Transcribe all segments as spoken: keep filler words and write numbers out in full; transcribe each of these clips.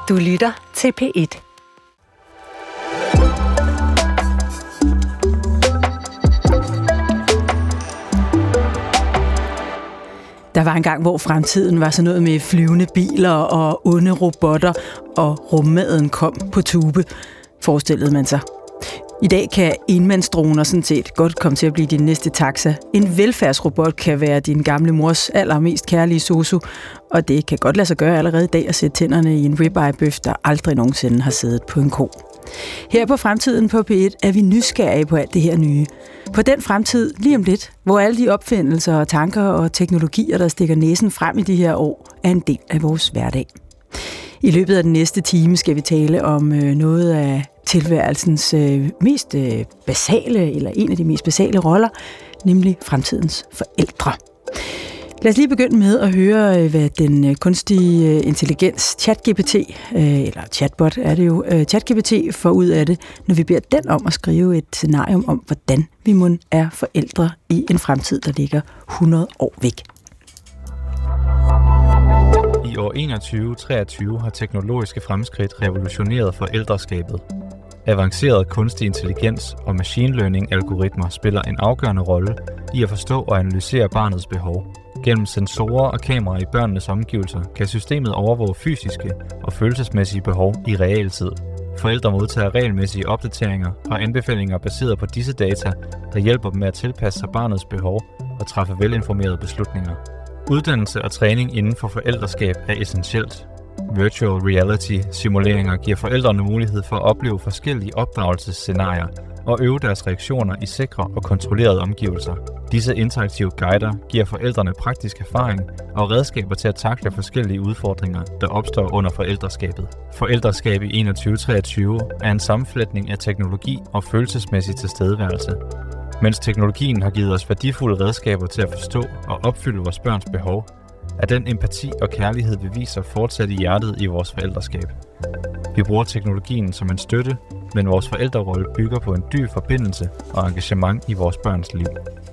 Du lytter til P et. Der var en gang, hvor fremtiden var sådan noget med flyvende biler og onde robotter, og rummaden kom på tube, forestillede man sig. I dag kan enmandsdroner sådan set godt komme til at blive din næste taxa. En velfærdsrobot kan være din gamle mors allermest kærlige sosu, og det kan godt lade sig gøre allerede i dag at sætte tænderne i en ribeye-bøf, der aldrig nogensinde har siddet på en ko. Her på Fremtiden på P et er vi nysgerrige på alt det her nye. På den fremtid lige om lidt, hvor alle de opfindelser og tanker og teknologier, der stikker næsen frem i de her år, er en del af vores hverdag. I løbet af den næste time skal vi tale om øh, noget af tilværelsens øh, mest øh, basale, eller en af de mest basale roller, nemlig fremtidens forældre. Lad os lige begynde med at høre, øh, hvad den øh, kunstige øh, intelligens, ChatGPT, øh, eller chatbot er det jo, øh, ChatGPT får ud af det, når vi beder den om at skrive et scenarium om, hvordan vi mon er forældre i en fremtid, der ligger hundrede år væk. I år enogtyve treogtyve har teknologiske fremskridt revolutioneret forældreskabet. Avanceret kunstig intelligens og machine learning-algoritmer spiller en afgørende rolle i at forstå og analysere barnets behov. Gennem sensorer og kameraer i børnenes omgivelser kan systemet overvåge fysiske og følelsesmæssige behov i realtid. Forældre modtager regelmæssige opdateringer og anbefalinger baseret på disse data, der hjælper dem med at tilpasse sig barnets behov og træffe velinformerede beslutninger. Uddannelse og træning inden for forældreskab er essentielt. Virtual reality-simuleringer giver forældrene mulighed for at opleve forskellige opdragelsesscenarier og øve deres reaktioner i sikre og kontrollerede omgivelser. Disse interaktive guider giver forældrene praktisk erfaring og redskaber til at takle forskellige udfordringer, der opstår under forældreskabet. Forældreskab i enogtyve treogtyve er en sammenflætning af teknologi og følelsesmæssig tilstedeværelse. Mens teknologien har givet os værdifulde redskaber til at forstå og opfylde vores børns behov, er den empati og kærlighed, vi viser, fortsat i hjertet i vores forældreskab. Vi bruger teknologien som en støtte, men vores forældrerolle bygger på en dyb forbindelse og engagement i vores børns liv.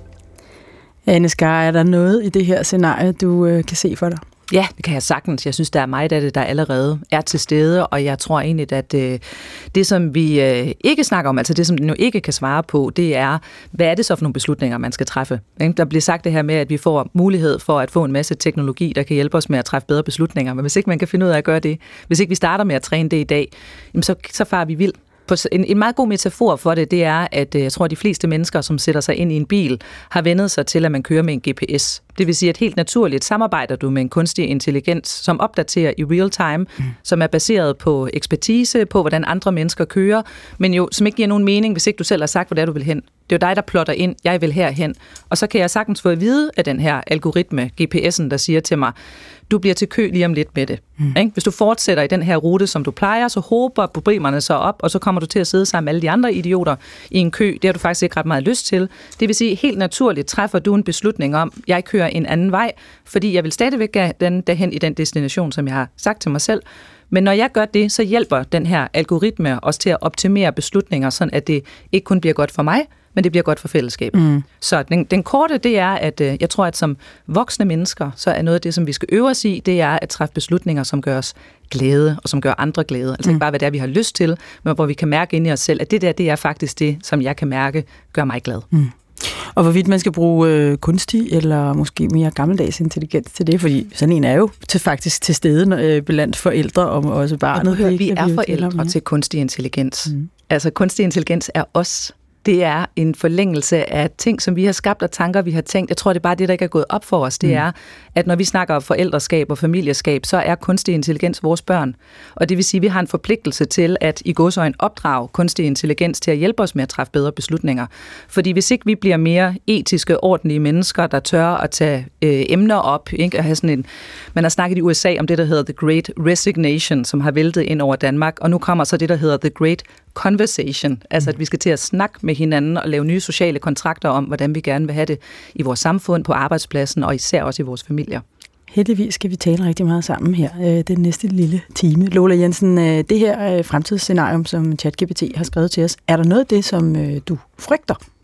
Anne Skar, er der noget i det her scenarie, du øh, kan se for dig? Ja, det kan jeg sagtens. Jeg synes, der er meget af det, der allerede er til stede, og jeg tror egentlig, at øh, det, som vi øh, ikke snakker om, altså det, som den jo ikke kan svare på, det er, hvad er det så for nogle beslutninger, man skal træffe? Ikke? Der bliver sagt det her med, at vi får mulighed for at få en masse teknologi, der kan hjælpe os med at træffe bedre beslutninger, men hvis ikke man kan finde ud af at gøre det, hvis ikke vi starter med at træne det i dag, jamen så, så farer vi vildt. En, en meget god metafor for det, det er, at jeg tror, at de fleste mennesker, som sætter sig ind i en bil, har vendet sig til, at man kører med en G P S. Det vil sige, at helt naturligt samarbejder du med en kunstig intelligens, som opdaterer i real time, mm. som er baseret på ekspertise, på hvordan andre mennesker kører, men jo som ikke giver nogen mening, hvis ikke du selv har sagt, hvor det er, du vil hen. Det er jo dig, der plotter ind, jeg vil herhen. Og så kan jeg sagtens få at vide af den her algoritme, G P S'en, der siger til mig, du bliver til kø lige om lidt med det. Mm. Ikke? Hvis du fortsætter i den her rute, som du plejer, så håber problemerne så op, og så kommer du til at sidde sammen med alle de andre idioter i en kø. Det har du faktisk ikke ret meget lyst til. Det vil sige, helt naturligt træffer du en beslutning om, jeg kører en anden vej, fordi jeg vil stadigvæk have den derhen i den destination, som jeg har sagt til mig selv. Men når jeg gør det, så hjælper den her algoritme os til at optimere beslutninger, sådan at det ikke kun bliver godt for mig, men det bliver godt for fællesskabet. Mm. Så den, den korte, det er, at øh, jeg tror, at som voksne mennesker, så er noget af det, som vi skal øve os i, det er at træffe beslutninger, som gør os glade, og som gør andre glade. Altså mm. ikke bare, hvad det er, vi har lyst til, men hvor vi kan mærke inde i os selv, at det der, det er faktisk det, som jeg kan mærke, gør mig glad. Mm. Og hvorvidt man skal bruge øh, kunstig eller måske mere gammeldags intelligens til det, fordi sådan en er jo til, faktisk til stede øh, blandt forældre og også barnet. Og hør, vi er forældre til kunstig intelligens. Mm. Altså kunstig intelligens er os. Det er en forlængelse af ting, som vi har skabt, og tanker, vi har tænkt. Jeg tror, det er bare det, der ikke er gået op for os. Det mm. er, at når vi snakker om forældreskab og familieskab, så er kunstig intelligens vores børn. Og det vil sige, at vi har en forpligtelse til at i gåseøjne opdrage kunstig intelligens til at hjælpe os med at træffe bedre beslutninger. Fordi hvis ikke vi bliver mere etiske, ordentlige mennesker, der tør at tage øh, emner op, ikke? At have sådan en, man har snakket i U S A om det, der hedder The Great Resignation, som har væltet ind over Danmark, og nu kommer så det, der hedder The Great Conversation, altså at vi skal til at snakke med hinanden og lave nye sociale kontrakter om, hvordan vi gerne vil have det i vores samfund, på arbejdspladsen og især også i vores familier. Heldigvis skal vi tale rigtig meget sammen her øh, den næste lille time. Lola Jensen, øh, det her øh, fremtidsscenarium, som ChatGPT har skrevet til os, er der noget af det, som øh, du frygter?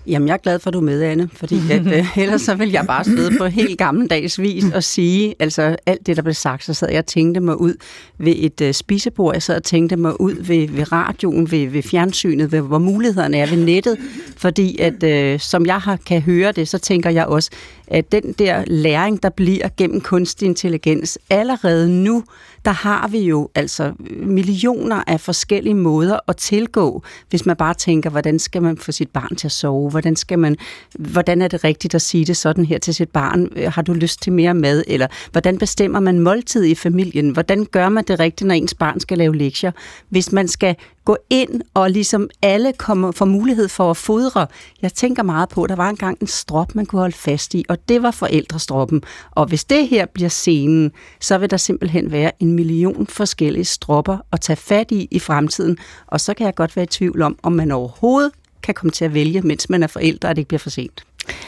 Jamen, jeg er glad for, at du er med, Anne, fordi at, øh, ellers så vil jeg bare sidde på helt gammeldags vis og sige, altså alt det, der blev sagt, så sad jeg og tænkte mig ud ved et øh, spisebord, jeg sad og tænkte mig ud ved, ved radioen, ved, ved fjernsynet, ved, hvor mulighederne er ved nettet, fordi at, øh, som jeg har, kan høre det, så tænker jeg også, at den der læring, der bliver gennem kunstig intelligens, allerede nu, der har vi jo altså millioner af forskellige måder at tilgå, hvis man bare tænker, hvordan skal man få sit barn til at sove, hvordan skal man, hvordan er det rigtigt at sige det sådan her til sit barn, har du lyst til mere mad, eller hvordan bestemmer man måltid i familien, hvordan gør man det rigtigt, når ens barn skal lave lektier, hvis man skal gå ind, og ligesom alle kommer, får mulighed for at fodre. Jeg tænker meget på, at der var engang en strop, man kunne holde fast i, og det var forældrestroppen. Og hvis det her bliver scenen, så vil der simpelthen være en million forskellige stropper at tage fat i i fremtiden. Og så kan jeg godt være i tvivl om, om man overhovedet kan komme til at vælge, mens man er forældre, at det ikke bliver for sent.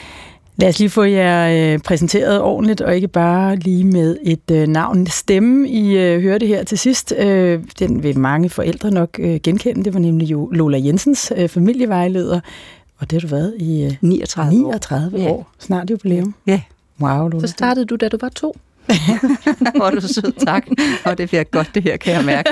Lad os lige få jer øh, præsenteret ordentligt, og ikke bare lige med et øh, navn. Stemme, I øh, hørte her til sidst, øh, den vil mange forældre nok øh, genkende. Det var nemlig jo Lola Jensens, øh, familievejleder. Og det har du været i øh, niogtredive, niogtredive år. år. Snart jubilæum. Ja. Wow, Lola. Så startede du, da du var to. Hvor er du sød, tak. Og det bliver godt, det her, kan jeg mærke.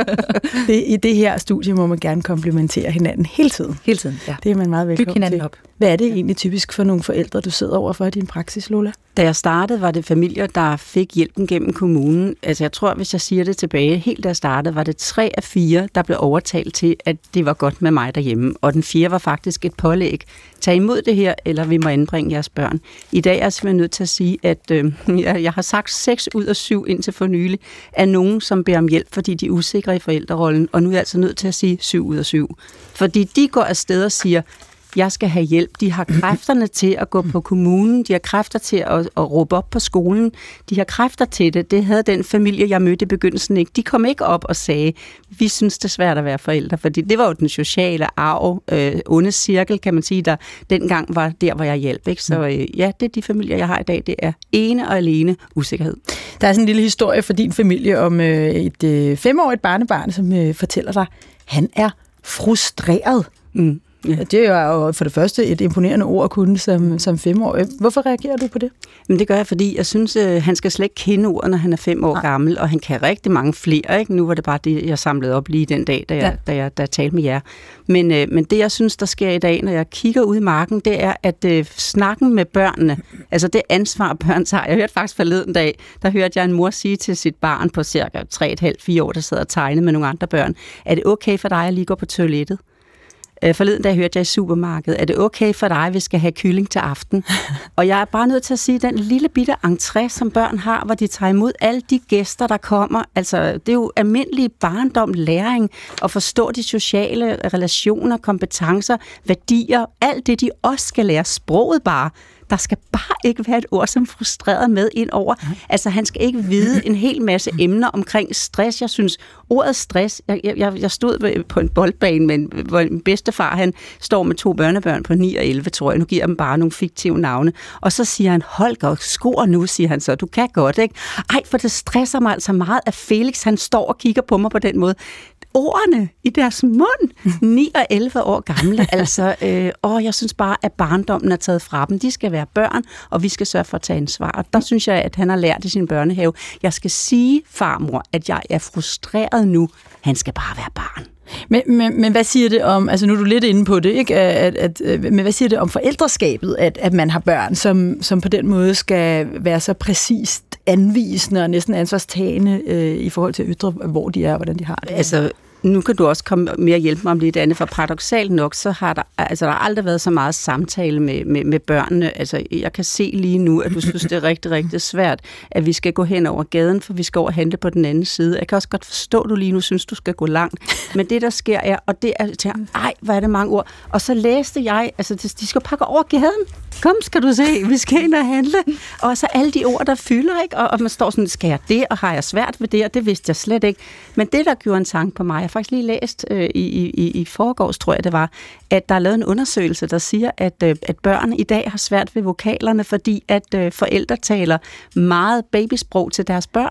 det, I det her studie må man gerne komplementere hinanden hele tiden. Hele tiden, ja. Det er man meget velkommen Byg hinanden til. op. Hvad er det egentlig typisk for nogle forældre, du sidder overfor i din praksis, Lola? Da jeg startede, var det familier, der fik hjælpen gennem kommunen. Altså jeg tror, hvis jeg siger det tilbage, helt da jeg startede, var det tre af fire, der blev overtalt til, at det var godt med mig derhjemme. Og den fjerde var faktisk et pålæg. Tag imod det her, eller vi må anbringe jeres børn. I dag er jeg simpelthen nødt til at sige, at øh, jeg har sagt seks ud af syv indtil for nylig, af nogen, som beder om hjælp, fordi de er usikre i forældrerollen. Og nu er jeg altså nødt til at sige syv ud af syv. Fordi de går afsted og siger, jeg skal have hjælp. De har kræfterne til at gå på kommunen, de har kræfter til at, at råbe op på skolen, de har kræfter til det. Det havde den familie, jeg mødte i begyndelsen ikke. De kom ikke op og sagde, vi synes det er svært at være forældre, fordi det var jo den sociale arv, øh, onde cirkel, kan man sige, der dengang var der, hvor jeg hjalp. Ikke? Så øh, ja, det er de familier, jeg har i dag. Det er ene og alene usikkerhed. Der er sådan en lille historie for din familie om øh, et øh, femårigt barnebarn, som øh, fortæller dig, han er frustreret. Mm. Ja. Det er jo for det første et imponerende ord at kunne som, som femårig. Hvorfor reagerer du på det? Men det gør jeg, fordi jeg synes, at han skal slet ikke kende ordet, når han er fem år Nej. gammel, og han kan rigtig mange flere. Ikke? Nu var det bare det, jeg samlede op lige den dag, da jeg, ja. da jeg, da jeg talte med jer. Men, øh, men det, jeg synes, der sker i dag, når jeg kigger ud i marken, det er, at øh, snakken med børnene, altså det ansvar, børn tager. Jeg hørte faktisk forleden dag, der hørte jeg en mor sige til sit barn på cirka tre komma fem til fire år, der sidder og tegner med nogle andre børn, er det okay for dig at lige gå på toilettet? Forleden dag hørte jeg i supermarkedet, er det okay for dig, at vi skal have kylling til aften? Og jeg er bare nødt til at sige, at den lille bitte entré, som børn har, hvor de tager imod alle de gæster, der kommer, altså det er jo almindelig barndom, læring, at forstå de sociale relationer, kompetencer, værdier, alt det, de også skal lære, sproget bare. Der skal bare ikke være et ord som frustreret med ind over. Altså, han skal ikke vide en hel masse emner omkring stress. Jeg synes, ordet stress... Jeg, jeg, jeg stod på en boldbane, men hvor min bedstefar, han står med to børnebørn på ni og elleve, tror jeg. Nu giver jeg dem bare nogle fiktive navne. Og så siger han, Holger, skor nu, siger han så. Du kan godt, ikke? Ej, for det stresser mig altså meget, at Felix, han står og kigger på mig på den måde. Ordene i deres mund, ni og elleve år gamle, altså, øh, åh, jeg synes bare, at barndommen er taget fra dem. De skal være børn, og vi skal sørge for at tage ansvar. Og der synes jeg, at han har lært i sin børnehave, jeg skal sige, farmor, at jeg er frustreret nu. Han skal bare være barn. Men, men, men hvad siger det om, altså nu er du lidt inde på det, ikke? At, at, at, men hvad siger det om forældreskabet, at, at man har børn, som, som på den måde skal være så præcist anvisende og næsten ansvarstagende øh, i forhold til at ytre, hvor de er og hvordan de har det? Altså, nu kan du også komme mere og hjælpe mig om lidt andet, for paradoksalt nok, så har der, altså, der har aldrig været så meget samtale med, med, med børnene. Altså, jeg kan se lige nu, at du synes, det er rigtig, rigtig svært, at vi skal gå hen over gaden, for vi skal over og handle på den anden side. Jeg kan også godt forstå, at du lige nu synes, du skal gå langt. Men det, der sker, er, og det er til, ej, hvor er det mange ord. Og så læste jeg, altså, de skal pakke over gaden. Kom, skal du se, vi skal ind og handle. Og så alle de ord, der fylder, ikke? Og, og man står sådan, skal jeg det, og har jeg svært ved det, og det vidste jeg slet ikke. Men det, der gjorde en tanke på mig, jeg har faktisk lige læst øh, i, i, i forgårs, tror jeg det var, at der er lavet en undersøgelse, der siger, at, øh, at børn i dag har svært ved vokalerne, fordi at øh, forældre taler meget babysprog til deres børn,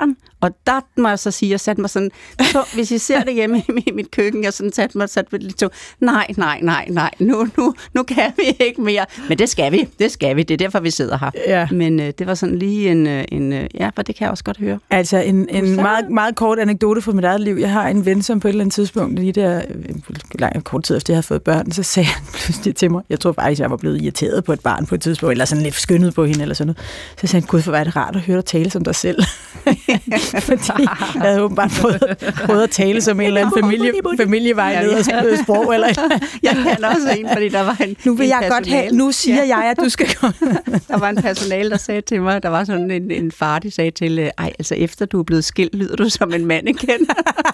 Og der må jeg så sige, jeg satte mig sådan, så, hvis I ser det hjemme i mit køkken, jeg sådan satte mig sat lidt to, nej, nej, nej, nej, nu, nu, nu kan vi ikke mere. Men det skal vi, det skal vi, det er derfor, vi sidder her. Ja. Men øh, det var sådan lige en, en, ja, for det kan jeg også godt høre. Altså en, en meget, meget kort anekdote fra mit eget liv. Jeg har en ven, som på et eller andet tidspunkt, lige der lang kort tid efter jeg havde fået børn, så sagde han pludselig til mig, jeg tror faktisk, jeg var blevet irriteret på et barn på et tidspunkt, eller sådan lidt skyndet på hende, eller sådan noget. Så sagde han, gud, for hvad er det rart at høre dig tale som dig selv. Fordi jeg havde åbenbart prøvet, prøvet at tale som en eller anden familie, familievejleders sprog. Eller jeg kan også en, fordi der var en Nu vil en jeg godt have, nu siger ja. jeg, at du skal komme. Der var en personale, der sagde til mig, der var sådan en, en far, der sagde til, ej, altså efter du er blevet skilt, lyder du som en mand igen.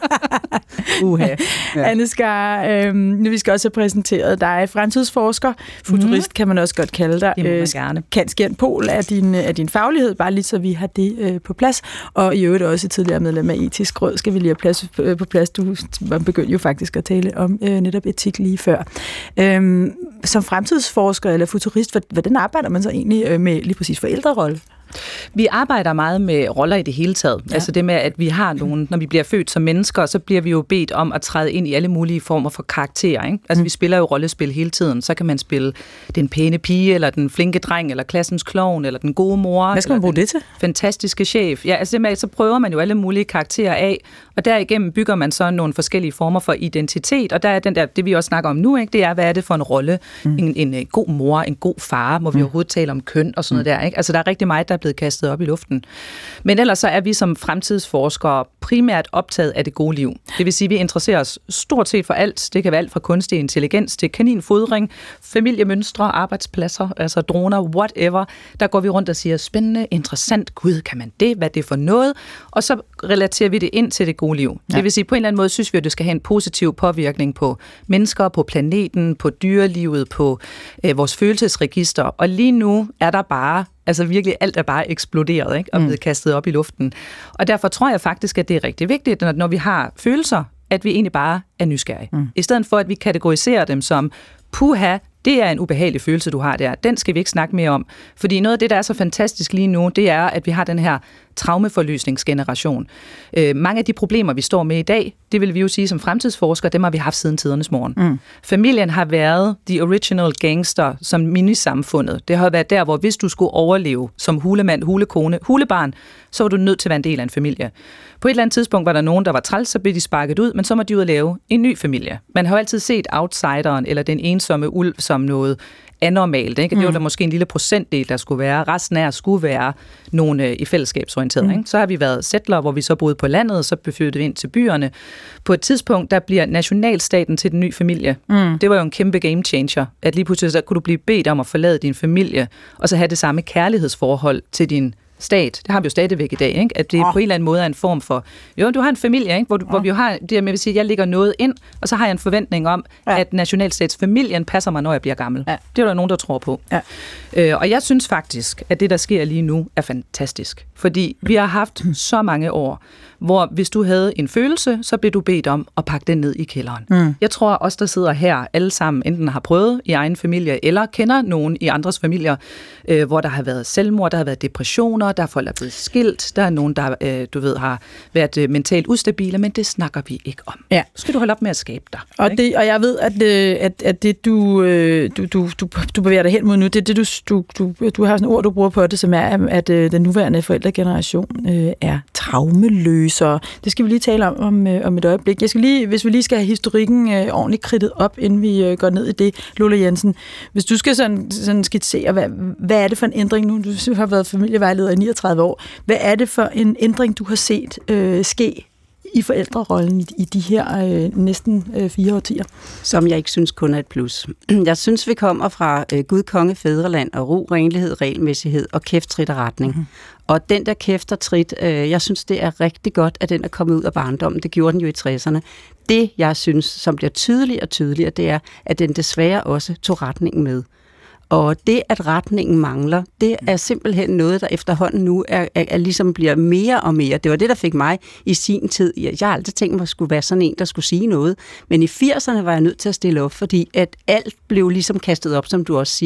Uha. Ja. Anne Skar, øh, nu vi skal også have præsenteret dig, fremtidsforsker, futurist mm. kan man også godt kalde dig. Det må man gerne. Kanskjern Pohl er din, er din faglighed, bare lige så vi har det øh, på plads. Og i øvrigt også tidligere medlem af Etisk Råd, skal vi lige have plads, øh, på plads. Du begyndte jo faktisk at tale om øh, netop etik lige før. Øh, som fremtidsforsker eller futurist, hvordan arbejder man så egentlig øh, med lige præcis forældrerolle? Vi arbejder meget med roller i det hele taget. Ja. Altså det med, at vi har nogle, når vi bliver født som mennesker, så bliver vi jo bedt om at træde ind i alle mulige former for karakterer. Ikke? Altså mm. vi spiller jo rollespil hele tiden. Så kan man spille den pæne pige, eller den flinke dreng, eller klassens klovn, eller den gode mor. Hvad skal man bruge det til? Fantastiske chef. Ja, altså det med, så prøver man jo alle mulige karakterer af, og derigennem bygger man så nogle forskellige former for identitet. Og der er den der, det vi også snakker om nu, ikke? Det er, hvad er det for en rolle? Mm. En, en, en god mor, en god far, må vi mm. overhovedet tale om køn og sådan noget der. Ikke? Altså der er rigtig meget, der er blevet kastet op i luften. Men ellers så er vi som fremtidsforskere primært optaget af det gode liv. Det vil sige, at vi interesserer os stort set for alt. Det kan være alt fra kunstig intelligens til kaninfodring, familiemønstre, arbejdspladser, altså droner, whatever. Der går vi rundt og siger, spændende, interessant, gud, kan man det? Hvad er det for noget? Og så relaterer vi det ind til det gode liv. Ja. Det vil sige, på en eller anden måde synes vi, at det skal have en positiv påvirkning på mennesker, på planeten, på dyrelivet, på øh, vores følelsesregister. Og lige nu er der bare Altså virkelig alt er bare eksploderet, ikke? Og blevet mm. kastet op i luften. Og derfor tror jeg faktisk, at det er rigtig vigtigt, at når vi har følelser, at vi egentlig bare er nysgerrige. Mm. I stedet for, at vi kategoriserer dem som, puha, det er en ubehagelig følelse, du har der. Den skal vi ikke snakke mere om. Fordi noget af det, der er så fantastisk lige nu, det er, at vi har den her traumeforløsningsgeneration. Øh, mange af de problemer, vi står med i dag, det vil vi jo sige som fremtidsforskere, dem har vi haft siden tidernes morgen. Mm. Familien har været the original gangster som minisamfundet. Det har været der, hvor hvis du skulle overleve som hulemand, hulekone, hulebarn, så var du nødt til at være en del af en familie. På et eller andet tidspunkt var der nogen, der var træls, så blev de sparket ud, men så må de ud at lave en ny familie. Man har jo altid set outsideren eller den ensomme ulv som noget anormalt. Ikke? Det var der måske en lille procentdel, der skulle være. Resten af skulle være nogle øh, i fællesskabsorienteret. Mm. Ikke? Så har vi været settlere, hvor vi så boede på landet, så beflyttede vi ind til byerne. På et tidspunkt, der bliver nationalstaten til den nye familie. Mm. Det var jo en kæmpe game changer. At lige pludselig så kunne du blive bedt om at forlade din familie, og så have det samme kærlighedsforhold til din stat. Det har vi jo stadigvæk i dag, ikke? At det oh. på en eller anden måde er en form for, jo, du har en familie, ikke? Hvor, du, oh. hvor vi jo har det, jeg vil sige, jeg lægger noget ind, og så har jeg en forventning om, ja. at nationalstatsfamilien passer mig, når jeg bliver gammel. Ja. Det er der nogen, der tror på. Ja. Øh, og jeg synes faktisk, at det, der sker lige nu, er fantastisk. Fordi vi har haft så mange år, hvor hvis du havde en følelse, så blev du bedt om at pakke den ned i kælderen. Mm. Jeg tror også, der sidder her alle sammen, enten har prøvet i egen familie, eller kender nogen i andres familier, øh, hvor der har været selvmord, der har været depressioner, der er folk, der er blevet skilt, der er nogen, der øh, du ved, har været øh, mentalt ustabile, men det snakker vi ikke om. Ja. Så skal du holde op med at skabe dig. Og, det, og jeg ved, at, at, at det, du, du, du, du, du bevæger dig hen mod nu, det det, du, du, du, du har sådan et ord, du bruger på det, som er, at den nuværende forældregeneration øh, er traumeløsere. Det skal vi lige tale om om, om et øjeblik. Jeg skal lige, hvis vi lige skal have historikken øh, ordentligt kridtet op, inden vi øh, går ned i det, Lola Jensen. Hvis du skal sådan, sådan skitsere, hvad, hvad er det for en ændring nu? Du har været familievejleder i niogtredive år. Hvad er det for en ændring, du har set øh, ske i forældrerollen i, i de her øh, næsten øh, fire årtier? Som jeg ikke synes kun er et plus. Jeg synes, vi kommer fra øh, Gud, konge, fædreland og ro, renlighed, regelmæssighed og kæft, trit og retning. Mm-hmm. Og den der kæft og trit, øh, jeg synes, det er rigtig godt, at den er kommet ud af barndommen. Det gjorde den jo i tresserne. Det, jeg synes, som bliver tydeligere og tydeligere, det er, at den desværre også tog retningen med. Og det, at retningen mangler, det er simpelthen noget, der efterhånden nu er, er, er ligesom bliver mere og mere. Det var det, der fik mig i sin tid. Jeg har aldrig tænkt mig, at skulle være sådan en, der skulle sige noget. Men i firserne var jeg nødt til at stille op, fordi at alt blev ligesom kastet op, som du også siger.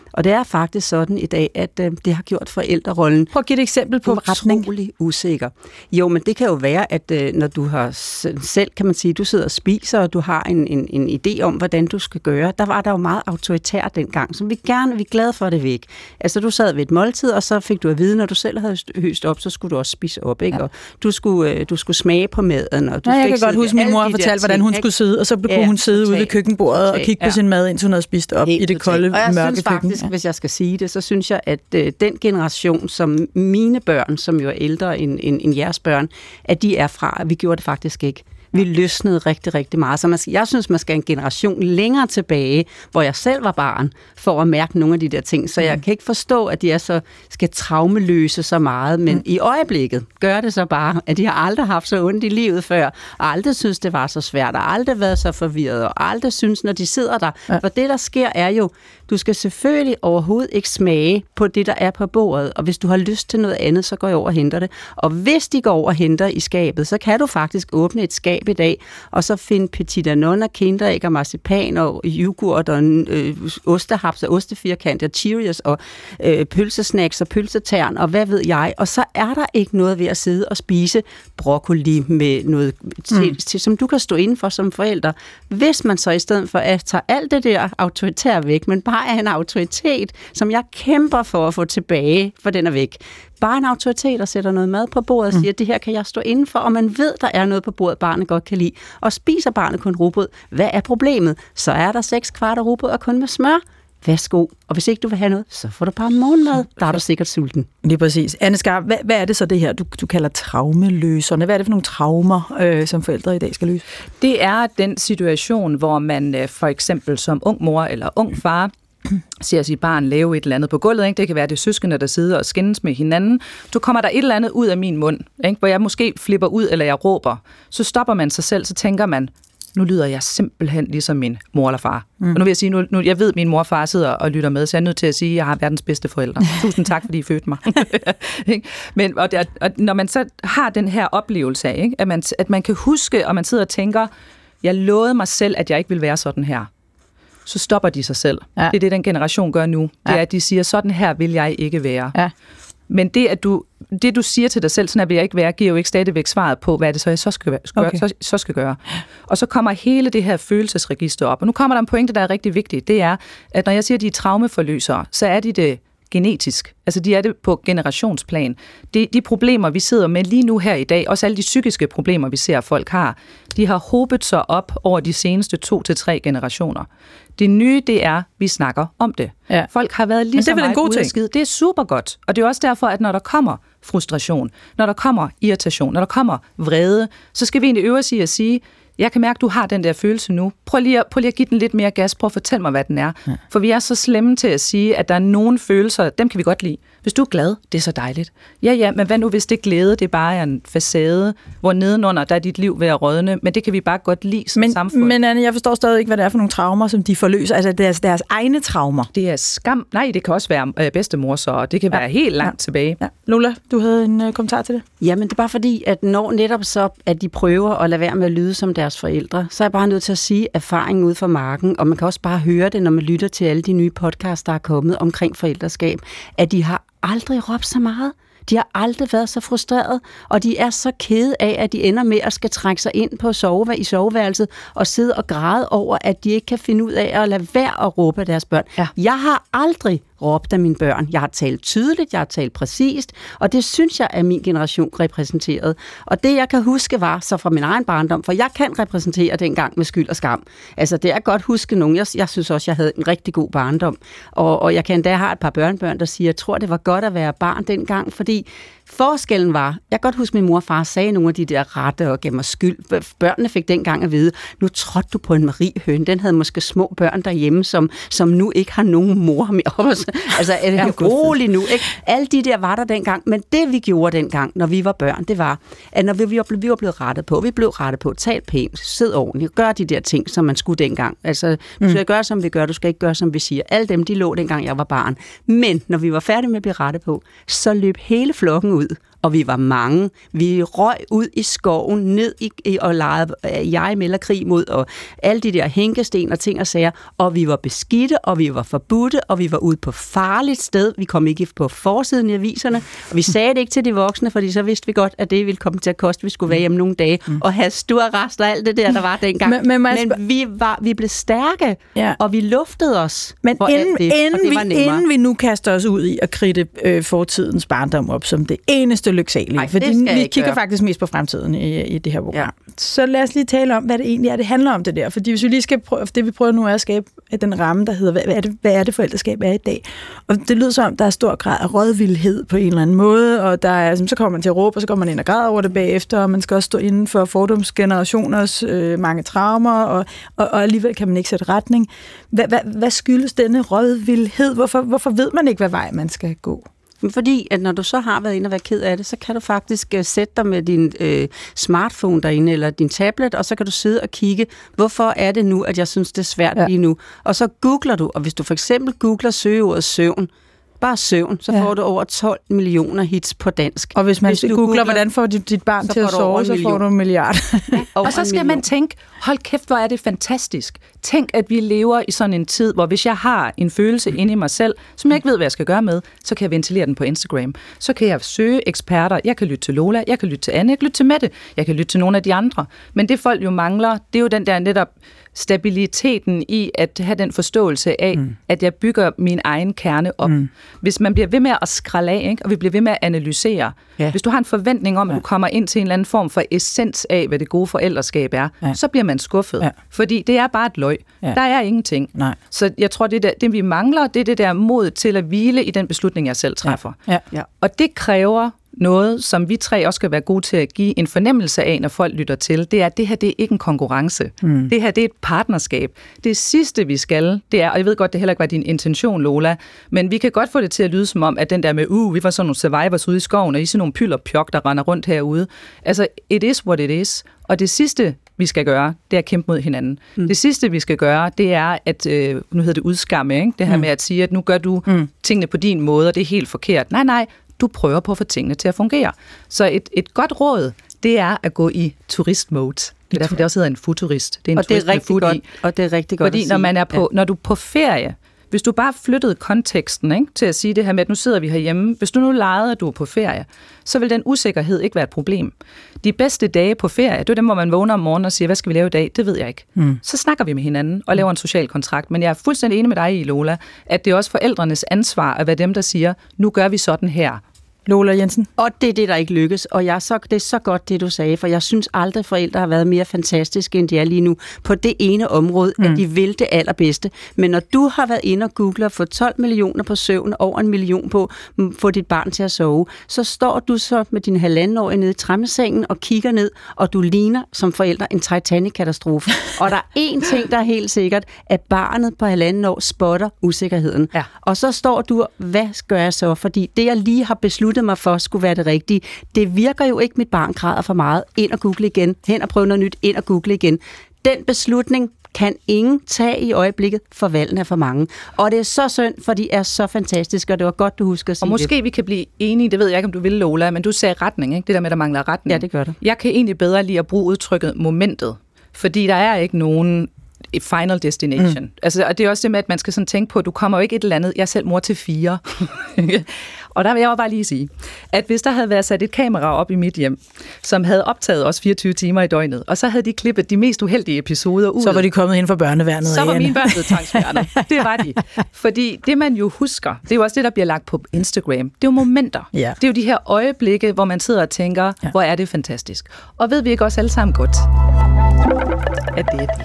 Og det er faktisk sådan i dag, at øh, det har gjort forældrerollen Prøv at give et eksempel på retning. Utrolig usikker. Jo, men det kan jo være, at øh, når du har selv, kan man sige, du sidder og spiser, og du har en, en, en idé om, hvordan du skal gøre, der var der jo meget autoritært dengang, så vi gerne, vi er glade for det væk. Altså, du sad ved et måltid, og så fik du at vide, når du selv havde høst op, så skulle du også spise op, ikke? Ja. Og du skulle, øh, du skulle smage på maden. Og du ja, jeg kan godt huske, min mor fortalte, hvordan hun skulle sidde, og så kunne ja, hun sidde total, ude ved køkkenbordet total, og kigge ja. på sin mad, indtil hun havde spist op helt i det kolde, mørke køkken. Og jeg synes faktisk, ja. hvis jeg skal sige det, så synes jeg, at øh, den generation, som mine børn, som jo er ældre end, end, end jeres børn, at de er fra, vi gjorde det faktisk ikke. Vi løsnede rigtig, rigtig meget. Så man skal, jeg synes, man skal en generation længere tilbage, hvor jeg selv var barn, for at mærke nogle af de der ting. Så jeg kan ikke forstå, at de er så, skal traumeløse så meget. Men mm. i øjeblikket gør det så bare, at de har aldrig haft så ondt i livet før, og aldrig synes, det var så svært, og aldrig været så forvirret, og aldrig synes, når de sidder der. Ja. For det, der sker, er jo, du skal selvfølgelig overhovedet ikke smage på det, der er på bordet. Og hvis du har lyst til noget andet, så går jeg over og henter det. Og hvis de går over og henter i skabet, så kan du faktisk åbne et skab i dag, og så finde Petit Danone, kinderæg og marcipan og yoghurt og øh, ostehaps og ostefirkant og Cheerios og øh, pølsesnacks og pølsetern og hvad ved jeg. Og så er der ikke noget ved at sidde og spise broccoli med noget, til, mm. til, som du kan stå indenfor som forælder. Hvis man så i stedet for at tage alt det der autoritær væk, men bare er en autoritet, som jeg kæmper for at få tilbage, for den er væk. Bare en autoritet, der sætter noget mad på bordet og siger, at det her kan jeg stå indenfor, og man ved, der er noget på bordet, barnet godt kan lide. Og spiser barnet kun rugbrød, hvad er problemet? Så er der seks kvarter rugbrød og kun med smør. Værsgo. Og hvis ikke du vil have noget, så får du bare morgenmad. Der er du sikkert sulten. Lige præcis. Anne Skarp, hvad, hvad er det så det her, du, du kalder traumeløserne? Hvad er det for nogle traumer, øh, som forældre i dag skal løse? Det er den situation, hvor man øh, for eksempel som ung mor eller ung far ser sit barn lave et eller andet på gulvet. Ikke? Det kan være det søskende, der sidder og skændes med hinanden. Så kommer der et eller andet ud af min mund, ikke? Hvor jeg måske flipper ud, eller jeg råber. Så stopper man sig selv, så tænker man, nu lyder jeg simpelthen ligesom min mor eller far. Mm. Og nu vil jeg sige, nu, nu, jeg ved, at min mor og far sidder og lytter med, så jeg er nødt til at sige, at jeg har verdens bedste forældre. Tusind tak, fordi I fødte mig. Men, og, det, og når man så har den her oplevelse af, ikke? At, man, at man kan huske, og man sidder og tænker, jeg lovede mig selv, at jeg ikke vil være sådan her. Så stopper de sig selv. Ja. Det er det, den generation gør nu. Det ja. er, at de siger, sådan her vil jeg ikke være. Ja. Men det, at du, det, du siger til dig selv, sådan her vil jeg ikke være, giver jo ikke stadigvæk svaret på, hvad er det så, jeg så skal, okay. så, så skal gøre. Og så kommer hele det her følelsesregister op. Og nu kommer der en pointe, der er rigtig vigtig. Det er, at når jeg siger, at de er traumeforløsere, så er de det genetisk. Altså, de er det på generationsplan. De, de problemer, vi sidder med lige nu her i dag, også alle de psykiske problemer, vi ser, folk har, de har hobet sig op over de seneste to til tre generationer. Det nye, det er, vi snakker om det. Ja. Folk har været lige så meget ude af skide. Det er super godt. Og det er også derfor, at når der kommer frustration, når der kommer irritation, når der kommer vrede, så skal vi egentlig øve os i at sige, jeg kan mærke, at du har den der følelse nu. Prøv lige, at, prøv lige at give den lidt mere gas. Prøv at fortælle mig, hvad den er. Ja. For vi er så slemme til at sige, at der er nogle følelser, dem kan vi godt lide. Hvis du er glad, det er så dejligt. Ja, ja, men hvad nu, hvis det glæde, det bare er en facade, hvor nedenunder, der er dit liv ved at rådne, men det kan vi bare godt lide som men, samfund. Men Anne, jeg forstår stadig ikke, hvad det er for nogle traumer, som de forløser. Altså deres, deres egne traumer. Det er skam. Nej, det kan også være øh, bedstemor, så det kan ja. være helt langt ja. tilbage. Ja. Lola, du havde en øh, kommentar til det? Jamen, det er bare fordi, at når netop så, at de prøver at lade være med at lyde som deres forældre, så er jeg bare nødt til at sige erfaringen ud fra marken, og man kan også bare høre det, når man lytter til alle de nye podcasts, der er kommet omkring forældreskab, at de har aldrig råbt så meget. De har aldrig været så frustreret, og de er så kede af, at de ender med at skal trække sig ind på sove, i soveværelset og sidde og græde over, at de ikke kan finde ud af at lade være at råbe af deres børn. Ja. Jeg har aldrig råbt af mine børn. Jeg har talt tydeligt, jeg har talt præcist, og det synes jeg er min generation repræsenteret. Og det, jeg kan huske, var så fra min egen barndom, for jeg kan repræsentere dengang med skyld og skam. Altså, det er godt huske nogen. Jeg, jeg synes også, jeg havde en rigtig god barndom. Og, og jeg kan endda have et par børnebørn, der siger, jeg tror, det var godt at være barn dengang, fordi forskellen var, jeg kan godt huske, at min mor og far sagde nogle af de der rette og gav mig skyld. Børnene fik dengang at vide, nu trådte du på en mariehøne. Den havde måske små børn derhjemme, som, som nu ikke har nogen mor mere. Altså, er det ja, roligt nu? Ikke? Alle de der var der dengang. Men det, vi gjorde dengang, når vi var børn, det var, at når vi, vi, var, vi var blevet rettet på, vi blev rettet på, tal pænt, sid ordentligt, gør de der ting, som man skulle dengang. Altså, du skal mm. gøre, som vi gør, du skal ikke gøre, som vi siger. Alle dem, de lå dengang, jeg var barn. Men når vi var færdige med at blive rettet på, så løb hele flokken ud og vi var mange. Vi røg ud i skoven, ned i, i og legede jeg melder krig mod, og alle de der hænkesten og ting og sager, og vi var beskidte, og vi var forbudte, og vi var ude på farligt sted. Vi kom ikke på forsiden i aviserne, og vi sagde det ikke til de voksne, fordi så vidste vi godt, at det ville komme til at koste, vi skulle være hjemme nogle dage, mm. og have stuerrest og alt det der, der var dengang. Men, men, men sp- vi, var, vi blev stærke, ja. og vi luftede os. Men inden, det, inden, vi, inden vi nu kaster os ud i at kridte øh, fortidens barndom op som det eneste lyksalige, Ej, fordi vi kigger gøre. faktisk mest på fremtiden i, i det her program. Ja. Så lad os lige tale om, hvad det egentlig er, det handler om det der. Fordi hvis vi lige skal prøve, det vi prøver nu er at skabe den ramme, der hedder, hvad er det, hvad er det forældreskab er i dag? Og det lyder som, der er stor grad af rådvildhed på en eller anden måde, og der er, så kommer man til at råbe, og så går man ind og græder over det bagefter, og man skal også stå inden for fordomsgenerationers øh, mange traumer, og, og, og alligevel kan man ikke sætte retning. Hvad, hvad, hvad skyldes denne rådvildhed? Hvorfor, hvorfor ved man ikke, hvad vej man skal gå? Fordi, at når du så har været inde og været ked af det, så kan du faktisk uh, sætte dig med din øh, smartphone derinde, eller din tablet, og så kan du sidde og kigge, hvorfor er det nu, at jeg synes, det er svært ja. lige nu. Og så googler du, og hvis du for eksempel googler søgeordet søvn, bare søvn, så ja. får du over tolv millioner hits på dansk. Og hvis man hvis du googler, googler, hvordan får dit, dit barn til at sove, så får du en milliard. Ja, og så skal man tænke, hold kæft, hvor er det fantastisk. Tænk, at vi lever i sådan en tid, hvor hvis jeg har en følelse inde i mig selv, som jeg ikke ved, hvad jeg skal gøre med, så kan jeg ventilere den på Instagram. Så kan jeg søge eksperter. Jeg kan lytte til Lola, jeg kan lytte til Anne, jeg kan lytte til Mette, jeg kan lytte til nogle af de andre. Men det folk jo mangler, det er jo den der netop stabiliteten i at have den forståelse af, mm. at jeg bygger min egen kerne op. Mm. Hvis man bliver ved med at skrælle af, ikke? Og vi bliver ved med at analysere. Ja. Hvis du har en forventning om, at ja. du kommer ind til en eller anden form for essens af, hvad det gode forældreskab er, ja. så bliver man skuffet. Ja. Fordi det er bare et løg. Ja. Der er ingenting. Nej. Så jeg tror, det, der, det vi mangler, det er det der mod til at hvile i den beslutning, jeg selv træffer. Ja. Ja. Ja. Og det kræver noget, som vi tre også skal være gode til at give en fornemmelse af, når folk lytter til, det er, at det her, det er ikke en konkurrence. Mm. Det her, det er et partnerskab. Det sidste, vi skal, det er, og jeg ved godt, det heller ikke var din intention, Lola, men vi kan godt få det til at lyde som om, at den der med, uh, vi var sådan nogle survivors ude i skoven, og I sådan nogle pylderpjok, der render rundt herude. Altså, it is what it is. Og det sidste, vi skal gøre, det er at kæmpe mod hinanden. Mm. Det sidste, vi skal gøre, det er at, øh, nu hedder det udskamme, ikke? Det her mm. med at sige, at nu gør du mm. tingene på din måde, og det er helt forkert. Nej, nej, du prøver på at få tingene til at fungere. Så et, et godt råd, det er at gå i turistmode. Det er derfor, det også hedder en futurist. Det er en og, det er rigtig godt, og det er rigtig godt Fordi når, man er på, ja. når du er på ferie, hvis du bare flyttede konteksten, ikke, til at sige det her med, at nu sidder vi herhjemme. Hvis du nu legede, at du er på ferie, så vil den usikkerhed ikke være et problem. De bedste dage på ferie, det er dem, hvor man vågner om morgenen og siger, hvad skal vi lave i dag? Det ved jeg ikke. Mm. Så snakker vi med hinanden og laver en social kontrakt. Men jeg er fuldstændig enig med dig i, Lola, at det er også forældrenes ansvar at være dem, der siger, nu gør vi sådan her. Lola Jensen. Og det er det, der ikke lykkes. Og jeg, så, det er så godt, det du sagde, for jeg synes aldrig, forældre har været mere fantastiske, end de er lige nu, på det ene område, mm. at de vil det allerbedste. Men når du har været inde og googler og fået tolv millioner på søvn, over en million på at få dit barn til at sove, så står du så med din halvandenårige nede i træmmesengen og kigger ned, og du ligner som forælder en Titanic-katastrofe. Og der er én ting, der er helt sikkert, at barnet på halvanden år spotter usikkerheden. Ja. Og så står du, hvad gør jeg så? Fordi det, jeg lige har besluttet mig for, skulle være det rigtige. Det virker jo ikke, mit barn græder for meget. Ind og google igen. Hen og prøve noget nyt. Ind og google igen. Den beslutning kan ingen tage i øjeblikket, for valgene er for mange. Og det er så synd, for de er så fantastiske, og det var godt, du husker at sige Og måske det. Vi kan blive enige, det ved jeg ikke, om du vil, Lola, men du sagde retning, ikke? Det der med, der mangler retning. Ja, det gør du. Jeg kan egentlig bedre lide at bruge udtrykket momentet, fordi der er ikke nogen final destination. Mm. Altså, og det er også det med, at man skal sådan tænke på, at du kommer jo ikke et eller andet, jeg er selv mor til fire. Og der vil jeg bare lige sige, at hvis der havde været sat et kamera op i mit hjem, som havde optaget os fireogtyve timer i døgnet, og så havde de klippet de mest uheldige episoder ud. Så var de kommet ind for børneværnet. Så var mine børn blevet tvangsfjernet. Det var de. Fordi det, man jo husker, det er jo også det, der bliver lagt på Instagram. Det er jo momenter. Ja. Det er jo de her øjeblikke, hvor man sidder og tænker, ja. Hvor er det fantastisk. Og ved vi ikke også alle sammen godt, at det er det.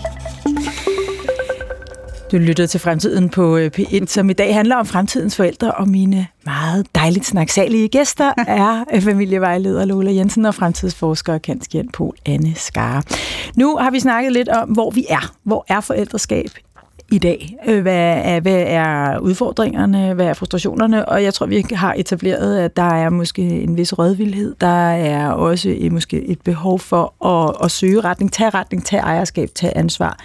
Du lyttede til Fremtiden på P et, som i dag handler om fremtidens forældre, og mine meget dejligt snaksalige gæster er familievejleder Lola Jensen og fremtidsforsker og kanskjent Poul Anne Skare. Nu har vi snakket lidt om, hvor vi er. Hvor er forældreskab i dag? Hvad er, hvad er udfordringerne? Hvad er frustrationerne? Og jeg tror, vi har etableret, at der er måske en vis rådvildhed. Der er også et, måske et behov for at, at søge retning, tage retning, tage ejerskab, tage ansvar.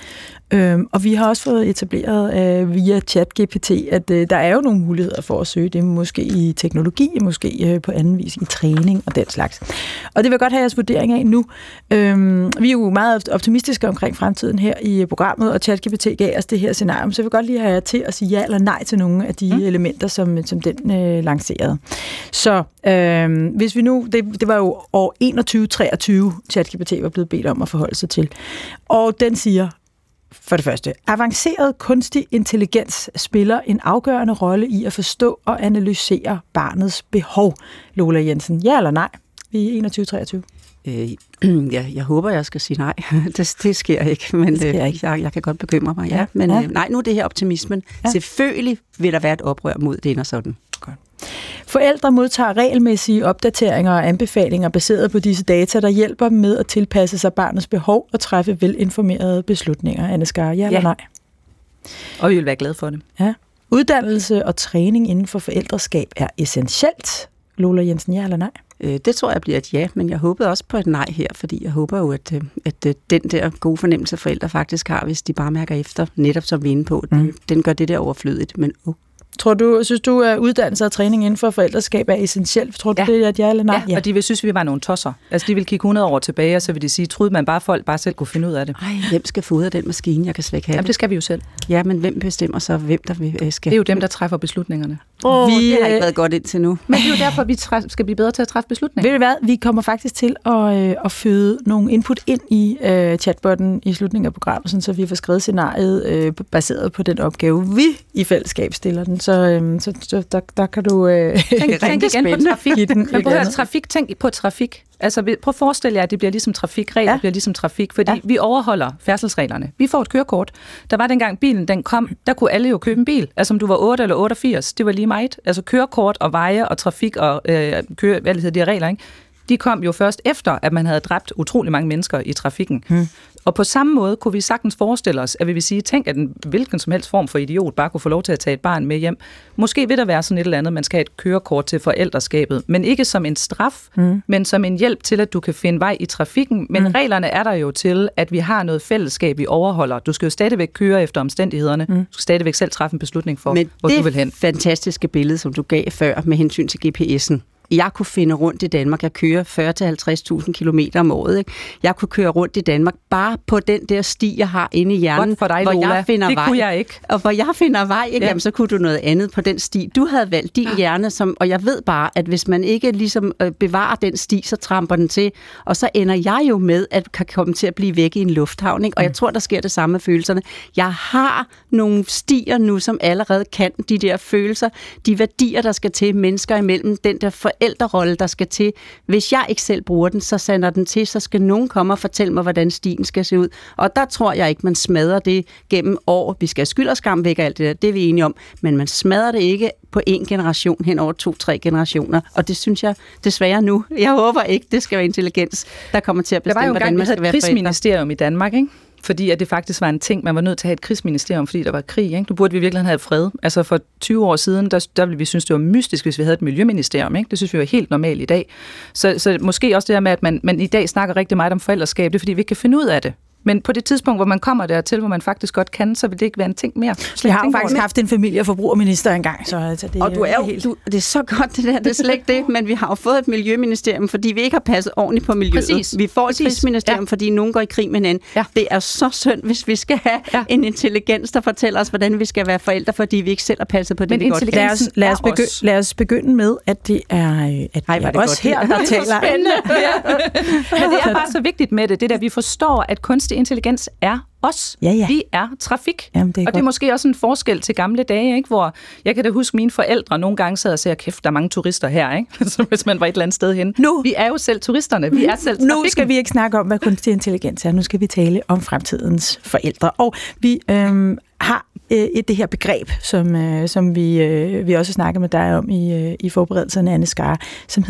Øhm, og vi har også fået etableret øh, via ChatGPT, at øh, der er jo nogle muligheder for at søge det, måske i teknologi, måske øh, på anden vis i træning og den slags. Og det vil jeg godt have jeres vurdering af nu. Øhm, vi er jo meget optimistiske omkring fremtiden her i programmet, og ChatGPT gav os det her scenarie, så jeg vil godt lige have jer til at sige ja eller nej til nogle af de mm. elementer, som, som den øh, lancerede. Så øh, hvis vi nu, det, det var jo år enogtyve treogtyve, ChatGPT var blevet bedt om at forholde sig til, og den siger, for det første, avanceret kunstig intelligens spiller en afgørende rolle i at forstå og analysere barnets behov. Lola Jensen, ja eller nej? Vi er enogtyve treogtyve. Øh, ja, jeg håber, jeg skal sige nej. det, det sker ikke, men det sker ikke. Jeg, jeg kan godt bekymre mig. Ja. Ja, men ja. Øh, nej, nu er det her optimismen. Ja. Selvfølgelig vil der være et oprør mod det, og sådan. Godt. Forældre modtager regelmæssige opdateringer og anbefalinger baseret på disse data, der hjælper dem med at tilpasse sig barnets behov og træffe velinformerede beslutninger. Anne Skar, ja, ja eller nej? Og vi vil være glade for det. Ja. Uddannelse og træning inden for forældreskab er essentielt. Lola Jensen, ja eller nej? Det tror jeg bliver et ja, men jeg håbede også på et nej her, fordi jeg håber jo, at, at den der gode fornemmelse, forældre faktisk har, hvis de bare mærker efter, netop som vi er inde på, mm. den, den gør det der overflødigt, men okay. Tror du, synes du, at uddannelse og træning inden for forældreskab er essentielt? Tror du, ja. det er et ja eller nej? Ja, ja. Og de vil synes, vi var nogle tosser. Altså, de vil kigge hundrede år tilbage, og så vil de sige, troede man bare, folk bare selv kunne finde ud af det. Ej, hvem skal fodre den maskine? Jeg kan slet ikke have. Jamen, det skal vi jo selv. Ja, men hvem bestemmer så, hvem der skal? Det er jo dem, der træffer beslutningerne. Oh, vi det har ikke været godt indtil nu. Men det er jo derfor, vi træ- skal blive bedre til at træffe beslutninger. Ved du hvad? Vi kommer faktisk til at, øh, at føde nogle input ind i øh, chatbotten i slutningen af programmet, sådan, så vi får skrevet scenariet øh, baseret på den opgave, vi i fællesskab stiller den. Så, øh, så Så der, der kan du øh, tænk, tænk igen på trafik. Den, prøv at høre, trafik. Tænk på trafik. Altså, prøv at forestille jer, at det bliver ligesom trafik. Regler ja. bliver ligesom trafik, fordi ja. vi overholder færdselsreglerne. Vi får et kørekort. Der var dengang bilen, den kom, der kunne alle jo købe en bil. Altså, om du var otte eller otteogfirs, det var lige meget. Altså, kørekort og veje og trafik og øh, køre, hvad hedder de her regler, ikke? De kom jo først efter, at man havde dræbt utrolig mange mennesker i trafikken. Hmm. Og på samme måde kunne vi sagtens forestille os, at vi vil sige, tænk, at en hvilken som helst form for idiot bare kunne få lov til at tage et barn med hjem. Måske vil der være sådan et eller andet, man skal have et kørekort til forældreskabet, men ikke som en straf, mm. men som en hjælp til, at du kan finde vej i trafikken. Men mm. reglerne er der jo til, at vi har noget fællesskab, vi overholder. Du skal jo stadigvæk køre efter omstændighederne. Mm. Du skal stadigvæk selv træffe en beslutning for, men hvor du vil hen. Men det fantastiske billede, som du gav før med hensyn til G P S'en, jeg kunne finde rundt i Danmark. Jeg kører fyrre til halvtreds tusind kilometer om året. Ikke? Jeg kunne køre rundt i Danmark bare på den der sti, jeg har inde i hjernen, Godt for dig, hvor Lola. jeg finder det vej. Kunne jeg ikke. Og hvor jeg finder vej, ikke? Ja. Jamen, så kunne du noget andet på den sti. Du havde valgt din hjerne, som, og jeg ved bare, at hvis man ikke ligesom øh, bevarer den sti, så tramper den til. Og så ender jeg jo med, at kan komme til at blive væk i en lufthavn. Ikke? Og jeg tror, der sker det samme med følelserne. Jeg har nogle stier nu, som allerede kan de der følelser, de værdier, der skal til mennesker imellem, den der forældrerolle, der skal til. Hvis jeg ikke selv bruger den, så sender den til, så skal nogen komme og fortælle mig, hvordan stien skal se ud. Og der tror jeg ikke, man smadrer det gennem år. Vi skal have skyld og skam væk af alt det der, det er vi enige om. Men man smadrer det ikke på en generation hen over to-tre generationer. Og det synes jeg desværre nu. Jeg håber ikke, det skal være intelligens, der kommer til at bestemme, hvordan man skal være forældre. Der var jo engang, vi havde et krigsministerium i Danmark, ikke? Fordi at det faktisk var en ting, man var nødt til at have et krigsministerium, fordi der var krig. Ikke? Nu burde vi virkelig have fred. Altså for tyve år siden, der, der ville vi synes, det var mystisk, hvis vi havde et miljøministerium. Ikke? Det synes vi var helt normalt i dag. Så, så måske også det der med, at man, man i dag snakker rigtig meget om forældreskab, det er fordi, vi ikke kan finde ud af det. Men på det tidspunkt, hvor man kommer dertil, hvor man faktisk godt kan, så vil det ikke være en ting mere. Vi har jo faktisk haft en familie- og forbrugerminister engang. Så altså, det, og du er jo, helt... du, det er så godt det der, det er slet ikke det, men vi har jo fået et miljøministerium, fordi vi ikke har passet ordentligt på miljøet. Præcis. Vi får et krigsministerium, ja. fordi nogen går i krig med hinanden. Ja. Det er så synd, hvis vi skal have ja. en intelligens, der fortæller os, hvordan vi skal være forældre, fordi vi ikke selv har passet på det, men vi godt kan. Lad os, lad, os begynde, lad os begynde med, at det er, at Ej, det er os her, der taler. Spændende. Ja. Men det er bare så vigtigt med det, det der, vi forstår, at kunstig intelligens er os. Ja, ja. Vi er trafik. Jamen, det er og godt. Det er måske også en forskel til gamle dage, ikke? Hvor jeg kan da huske, mine forældre nogle gange sad og sagde, kæft, der er mange turister her, ikke? Så hvis man var et eller andet sted hen. Nu. Vi er jo selv turisterne. Vi er selv trafikken. Nu skal vi ikke snakke om, hvad kunstig intelligens er. Nu skal vi tale om fremtidens forældre. Og vi øhm, har øh, det her begreb, som, øh, som vi, øh, vi også snakker med dig om i, øh, i forberedelserne, Anne Skar, som hedder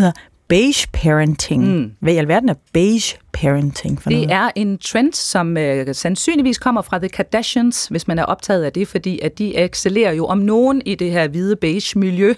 beige parenting. Mm. Hvad i alverden er beige parenting for det noget? Det er en trend, som øh, sandsynligvis kommer fra The Kardashians, hvis man er optaget af det, fordi at de excellerer jo om nogen i det her hvide beige miljø,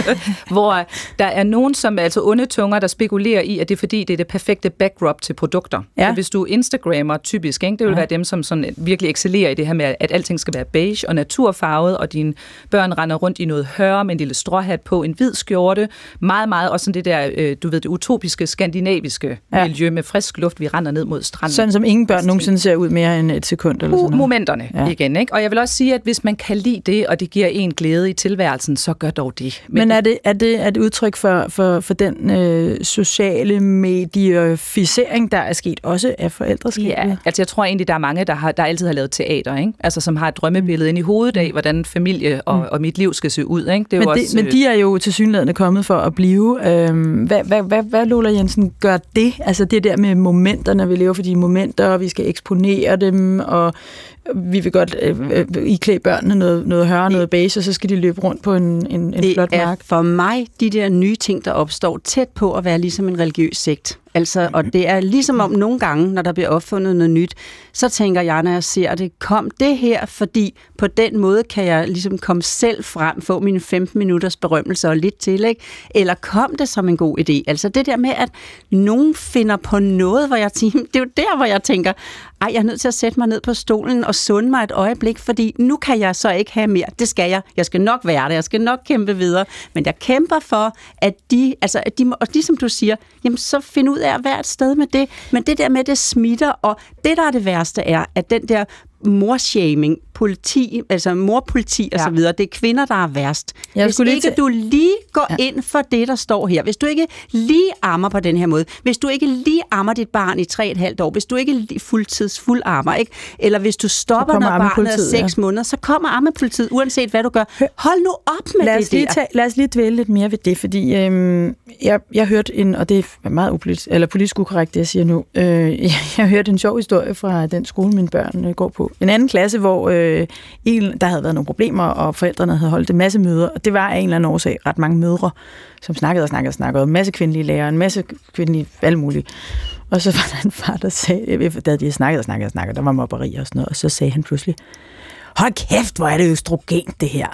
hvor der er nogen, som er altså onde tunger, der spekulerer i, at det er fordi, det er det perfekte backdrop til produkter. Ja. Så hvis du Instagrammer typisk, ikke, det vil ja. være dem, som sådan virkelig excellerer i det her med, at alting skal være beige og naturfarvet, og dine børn render rundt i noget hør med en lille stråhat på, en hvid skjorte, meget, meget, og sådan det der, øh, du ved, det utopiske, skandinaviske ja. miljø med frisk luft, vi render ned mod stranden. Sådan som ingen børn nogensinde ser ud mere end et sekund eller sådan noget. Momenterne ja. igen, ikke? Og jeg vil også sige, at hvis man kan lide det, og det giver en glæde i tilværelsen, så gør dog det. Men, Men er det er det et udtryk for, for, for den øh, sociale medieficering, der er sket også af forældreskabet? Ja, altså jeg tror egentlig, der er mange, der, har, der altid har lavet teater, ikke? Altså som har et drømmebillede ind i hovedet af, hvordan familie og, mm. og mit liv skal se ud, ikke? Det er men, jo det, også, men de er jo tilsyneladende kommet for at blive. Øhm, hvad, hvad, hvad, hvad, Lola Jensen, gør det? Altså det der med momenterne, vi lever for de momenter, og vi skal eksponere dem, og vi vil godt øh, øh, iklæde børnene noget, noget høre, noget beige, og så skal de løbe rundt på en, en, en flot mark. Det er for mig de der nye ting, der opstår tæt på at være ligesom en religiøs sekt. Altså, og det er ligesom om nogle gange, når der bliver opfundet noget nyt, så tænker jeg, når jeg ser det, kom det her, fordi på den måde kan jeg ligesom komme selv frem, få mine femten minutters berømmelse og lidt til, ikke? Eller kom det som en god idé? Altså det der med, at nogen finder på noget, hvor jeg tænker, det er jo der, hvor jeg tænker, ej, jeg er nødt til at sætte mig ned på stolen og sunde mig et øjeblik, fordi nu kan jeg så ikke have mere. Det skal jeg. Jeg skal nok være det. Jeg skal nok kæmpe videre. Men jeg kæmper for, at de, altså, at de, og de, som du siger, jamen så find ud af at være et sted med det. Men det der med, det smitter, og det, der er det værste, er, at den der morshaming, politi, altså morpoliti og ja. så videre, det er kvinder, der er værst. Jeg hvis ikke til... du lige går ja. ind for det, der står her, hvis du ikke lige ammer på den her måde, hvis du ikke lige ammer dit barn i tre et halvt år, hvis du ikke fuldtids fuld ammer, ikke? Eller hvis du stopper, når barnet er seks ja. måneder, så kommer ammepolitiet, uanset hvad du gør. Hold nu op med lad det der. Tage, lad os lige dvæle lidt mere ved det, fordi øhm, jeg, jeg hørte en, og det er meget upolitisk, eller politisk ukorrekt, det jeg siger nu, øh, jeg, jeg hørte en sjov historie fra den skole, mine børn øh, går på. En anden klasse, hvor øh, en, der havde været nogle problemer, og forældrene havde holdt en masse møder, og det var af en eller anden årsag ret mange mødre, som snakkede og snakkede og snakkede, en masse kvindelige lærere, en masse kvindelige, alt muligt. Og så var der en far, der sagde, da de snakkede og snakkede og snakkede, der var mobberi og sådan noget, og så sagde han pludselig, hold kæft, hvor er det østrogen, det her.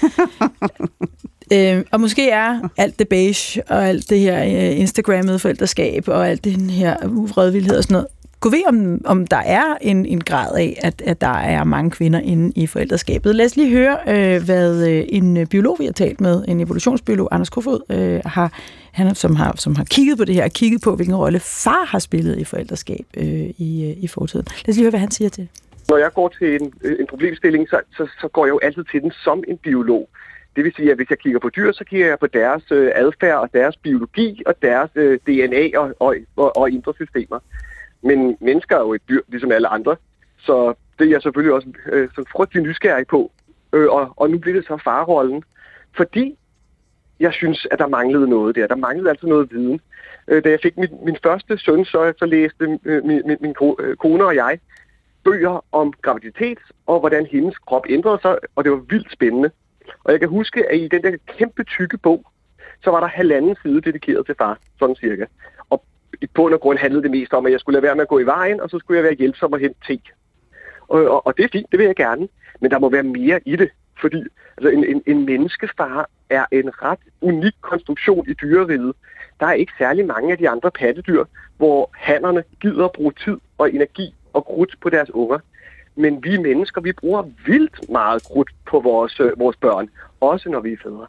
øh, og måske er alt det beige, og alt det her øh, Instagrammede forældreskab, og alt den her uredvillighed og sådan noget, kunne vi om, om der er en, en grad af, at, at der er mange kvinder inde i forældreskabet. Lad os lige høre, øh, hvad øh, en biolog, vi har talt med, en evolutionsbiolog, Anders Kofoed, øh, har, han, som, har, som har kigget på det her, og kigget på, hvilken rolle far har spillet i forældreskab øh, i, i fortiden. Lad os lige høre, hvad han siger til det. Når jeg går til en, en problemstilling, så, så, så går jeg jo altid til den som en biolog. Det vil sige, at hvis jeg kigger på dyr, så kigger jeg på deres øh, adfærd og deres biologi og deres øh, D N A og, og, og, og indre systemer. Men mennesker er jo et dyr, ligesom alle andre, så det er jeg selvfølgelig også øh, så frygtelig nysgerrig på. Øh, og, og nu bliver det så farrollen, fordi jeg synes, at der manglede noget der. Der manglede altså noget viden. Øh, da jeg fik min, min første søn, så, så læste øh, min, min, min kone og jeg bøger om graviditet og hvordan hendes krop ændrede sig, og det var vildt spændende. Og jeg kan huske, at i den der kæmpe tykke bog, så var der halvanden side dedikeret til far, sådan cirka. Og i bund og grund handlede det mest om, at jeg skulle lade være med at gå i vejen, og så skulle jeg være hjælpsom og hente te. Og, og, og det er fint, det vil jeg gerne, men der må være mere i det, fordi altså, en, en, en menneskefar er en ret unik konstruktion i dyreriget. Der er ikke særlig mange af de andre pattedyr, hvor hannerne gider at bruge tid og energi og krudt på deres unger. Men vi mennesker, vi bruger vildt meget krudt på vores, vores børn, også når vi er fædre.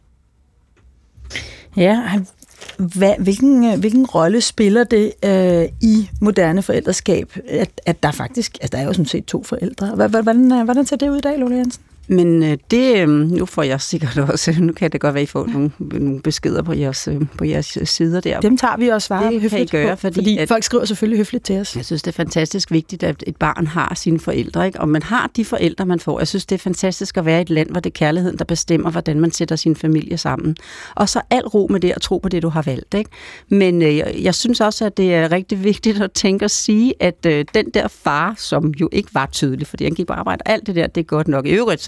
Ja, Hvad, hvilken, hvilken rolle spiller det øh, i moderne forældreskab, at, at der faktisk, altså der er jo sådan set to forældre. Hvordan, hvordan ser det ud i dag, Lola Jensen? Men det, nu får jeg sikkert også, nu kan det godt være, I får nogle, nogle beskeder på jeres, på jeres sider der. Dem tager vi også svaret høfligt gøre, på, fordi, fordi at, folk skriver selvfølgelig høfligt til os. Jeg synes, det er fantastisk vigtigt, at et barn har sine forældre, ikke? Og man har de forældre, man får. Jeg synes, det er fantastisk at være i et land, hvor det er kærligheden, der bestemmer, hvordan man sætter sin familie sammen. Og så al ro med det og tro på det, du har valgt, ikke? Men øh, jeg, jeg synes også, at det er rigtig vigtigt at tænke og sige, at øh, den der far, som jo ikke var tydelig, fordi han gik på arbejde, alt det der, det er godt nok. I øvrigt så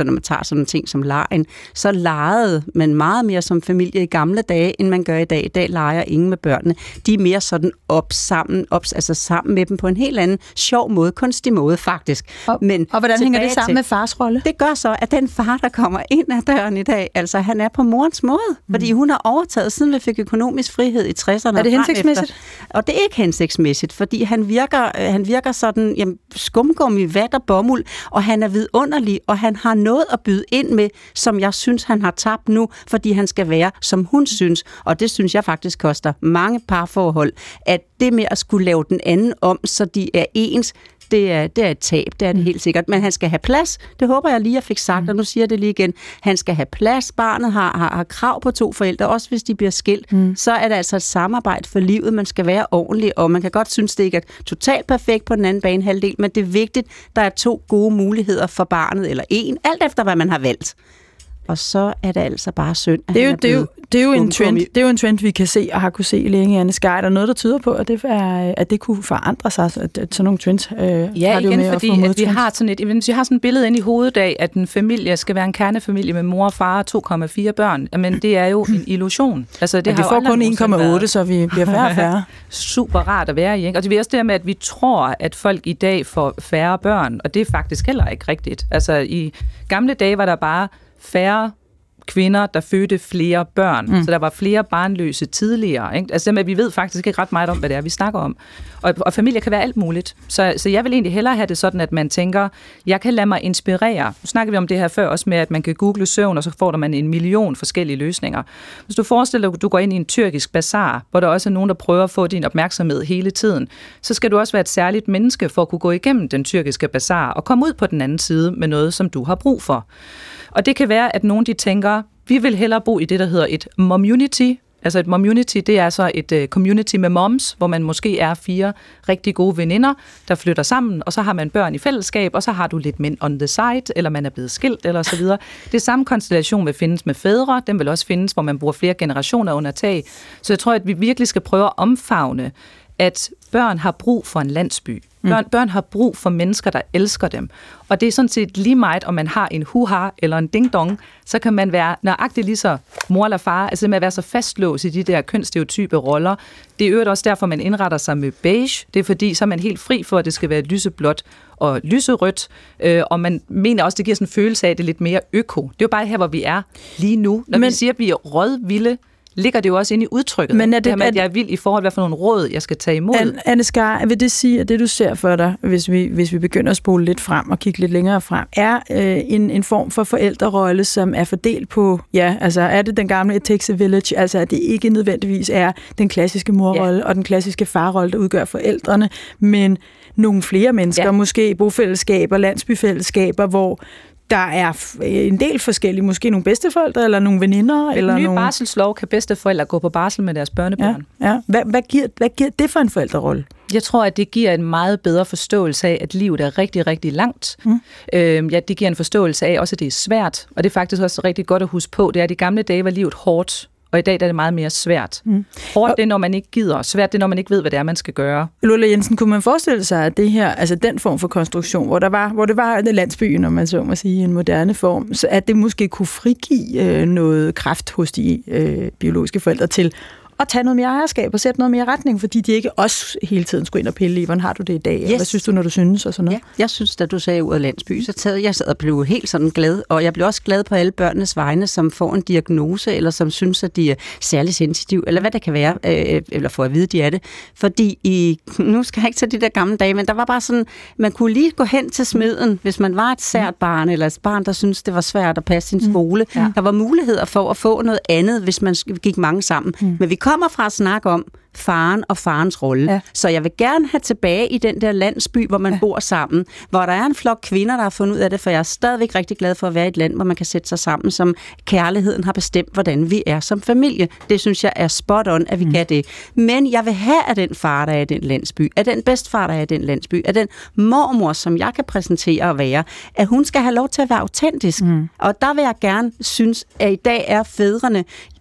når man tager sådan en ting som legen, så legede man meget mere som familie i gamle dage, end man gør i dag. I dag leger ingen med børnene. De er mere sådan op sammen, op, altså sammen med dem på en helt anden sjov måde, kunstig måde faktisk. Og, Men og hvordan hænger det sammen til, med fars rolle? Det gør så, at den far, der kommer ind ad døren i dag, altså han er på morens måde, mm. fordi hun har overtaget, siden vi fik økonomisk frihed i tresserne. Er det hensigtsmæssigt? Og det er ikke hensigtsmæssigt, fordi han virker, han virker sådan jamen, skumgummi, vat og bomuld, og han er vidunderlig, og han har noget at byde ind med, som jeg synes, han har tabt nu, fordi han skal være, som hun synes. Og det synes jeg faktisk koster mange parforhold, at det med at skulle lave den anden om, så de er ens, det er, det er et tab, det er det helt sikkert. Men han skal have plads, det håber jeg lige, jeg fik sagt, og nu siger jeg det lige igen. Han skal have plads, barnet har, har, har krav på to forældre, også hvis de bliver skilt. Mm. Så er det altså et samarbejde for livet, man skal være ordentlig, og man kan godt synes, det ikke er totalt perfekt på den anden banehalvdel, men det er vigtigt, der er to gode muligheder for barnet, eller en, alt efter hvad man har valgt. Og så er det altså bare synd, at det er jo, han er det er jo, det er jo en trend, det er jo en trend, vi kan se og har kunne se længe, Anne Skaj. Der er noget, der tyder på, at det, er, at det kunne forandre sig, at, at sådan nogle trends øh, ja, har det igen, jo med fordi at få at vi har sådan et, vi har sådan et billede inde i hovedet af, at en familie skal være en kernefamilie med mor og far og to komma fire børn. Men det er jo en illusion. Altså, det og har vi får kun en komma otte, så vi bliver færre og færre. Super rart at være i, ikke? Og det er også det med, at vi tror, at folk i dag får færre børn, og det er faktisk heller ikke rigtigt. Altså, i gamle dage var der bare færre kvinder, der fødte flere børn. Mm. Så der var flere barnløse tidligere. Ikke? Altså at vi ved faktisk ikke ret meget om, hvad det er, vi snakker om. Og, og familie kan være alt muligt. Så, så jeg vil egentlig hellere have det sådan, at man tænker, jeg kan lade mig inspirere. Nu snakker vi om det her før også med, at man kan google søvn, og så får man en million forskellige løsninger. Hvis du forestiller dig, at du går ind i en tyrkisk bazar, hvor der også er nogen, der prøver at få din opmærksomhed hele tiden, så skal du også være et særligt menneske for at kunne gå igennem den tyrkiske bazar og komme ud på den anden side med noget, som du har brug for. Og det kan være, at nogen de tænker, vi vil hellere bo i det, der hedder et momunity. Altså et momunity, det er så et uh, community med moms, hvor man måske er fire rigtig gode veninder, der flytter sammen, og så har man børn i fællesskab, og så har du lidt mænd on the side, eller man er blevet skilt, eller så videre. Det samme konstellation vil findes med fædre, den vil også findes, hvor man bruger flere generationer under tag. Så jeg tror, at vi virkelig skal prøve at omfavne, at børn har brug for en landsby. Børn, børn har brug for mennesker, der elsker dem. Og det er sådan set lige meget, om man har en huha eller en ding-dong, så kan man være nøjagtigt lige så mor eller far, altså med at være så fastlåst i de der kønsstereotype roller. Det er øvrigt også derfor, man indretter sig med beige. Det er fordi, så er man helt fri for, at det skal være lyseblåt og lyserødt. Øh, og man mener også, det giver sådan en følelse af, at det er lidt mere øko. Det er jo bare her, hvor vi er lige nu. Når Men... vi siger, at vi er rødvilde, ligger det jo også inde i udtrykket. Men er det, det med, at jeg er vild i forhold til, hvad for nogle råd, jeg skal tage imod. Anne Skar, vil det sige, at det, du ser for dig, hvis vi, hvis vi begynder at spole lidt frem og kigge lidt længere frem, er øh, en, en form for forældrerolle, som er fordelt på, ja, altså er det den gamle It Takes a Village, altså at det ikke nødvendigvis er den klassiske morrolle ja. og den klassiske farrolle, der udgør forældrene, men nogle flere mennesker, ja. måske bofællesskaber, landsbyfællesskaber, hvor der er en del forskellige, måske nogle bedsteforældre, eller nogle veninder. I eller den nye nogle... barselslov kan bedsteforældre gå på barsel med deres børnebørn. Ja, ja. Hvad, hvad, giver, hvad giver det for en forældrerolle? Jeg tror, at det giver en meget bedre forståelse af, at livet er rigtig, rigtig langt. Mm. Øhm, ja, det giver en forståelse af også, at det er svært. Og det er faktisk også rigtig godt at huske på, det er, at i gamle dage var livet hårdt. Og i dag der er det meget mere svært. Mm. Hårdt det er, når man ikke gider. Svært det er, når man ikke ved, hvad det er, man skal gøre. Lola Jensen, kunne man forestille sig, at det her, altså den form for konstruktion, hvor, der var, hvor det var landsbyen, når man så må sige, en moderne form, så at det måske kunne frigive øh, noget kraft hos de øh, biologiske forældre til at tage noget mere ejerskab og sætte noget mere retning, fordi de ikke også hele tiden skulle ind og pille i, hvordan har du det i dag, yes. og hvad synes du, når du synes, og sådan noget? Ja, jeg synes, da du sagde ordet landsby, så taget, jeg sad og blev helt sådan glad, og jeg blev også glad på alle børnenes vegne, som får en diagnose, eller som synes, at de er særlig sensitive, eller hvad det kan være, øh, eller får at vide, de er det. Fordi i, nu skal jeg ikke tage de der gamle dage, men der var bare sådan, man kunne lige gå hen til smeden, hvis man var et sært barn, eller et barn, der synes det var svært at passe sin skole. Mm. Ja. Der var muligheder for at få noget andet, hvis man gik mange sammen. Mm. Men vi kommer fra at snakke om faren og farens rolle. Ja. Så jeg vil gerne have tilbage i den der landsby, hvor man ja. bor sammen, hvor der er en flok kvinder, der har fundet ud af det, for jeg er stadigvæk rigtig glad for at være i et land, hvor man kan sætte sig sammen, som kærligheden har bestemt, hvordan vi er som familie. Det synes jeg er spot on, at vi mm. kan det. Men jeg vil have, at den far, der er i den landsby, at den bedstfar, der er i den landsby, at den mormor, som jeg kan præsentere og være, at hun skal have lov til at være autentisk. Mm. Og der vil jeg gerne synes, at i dag er fædrene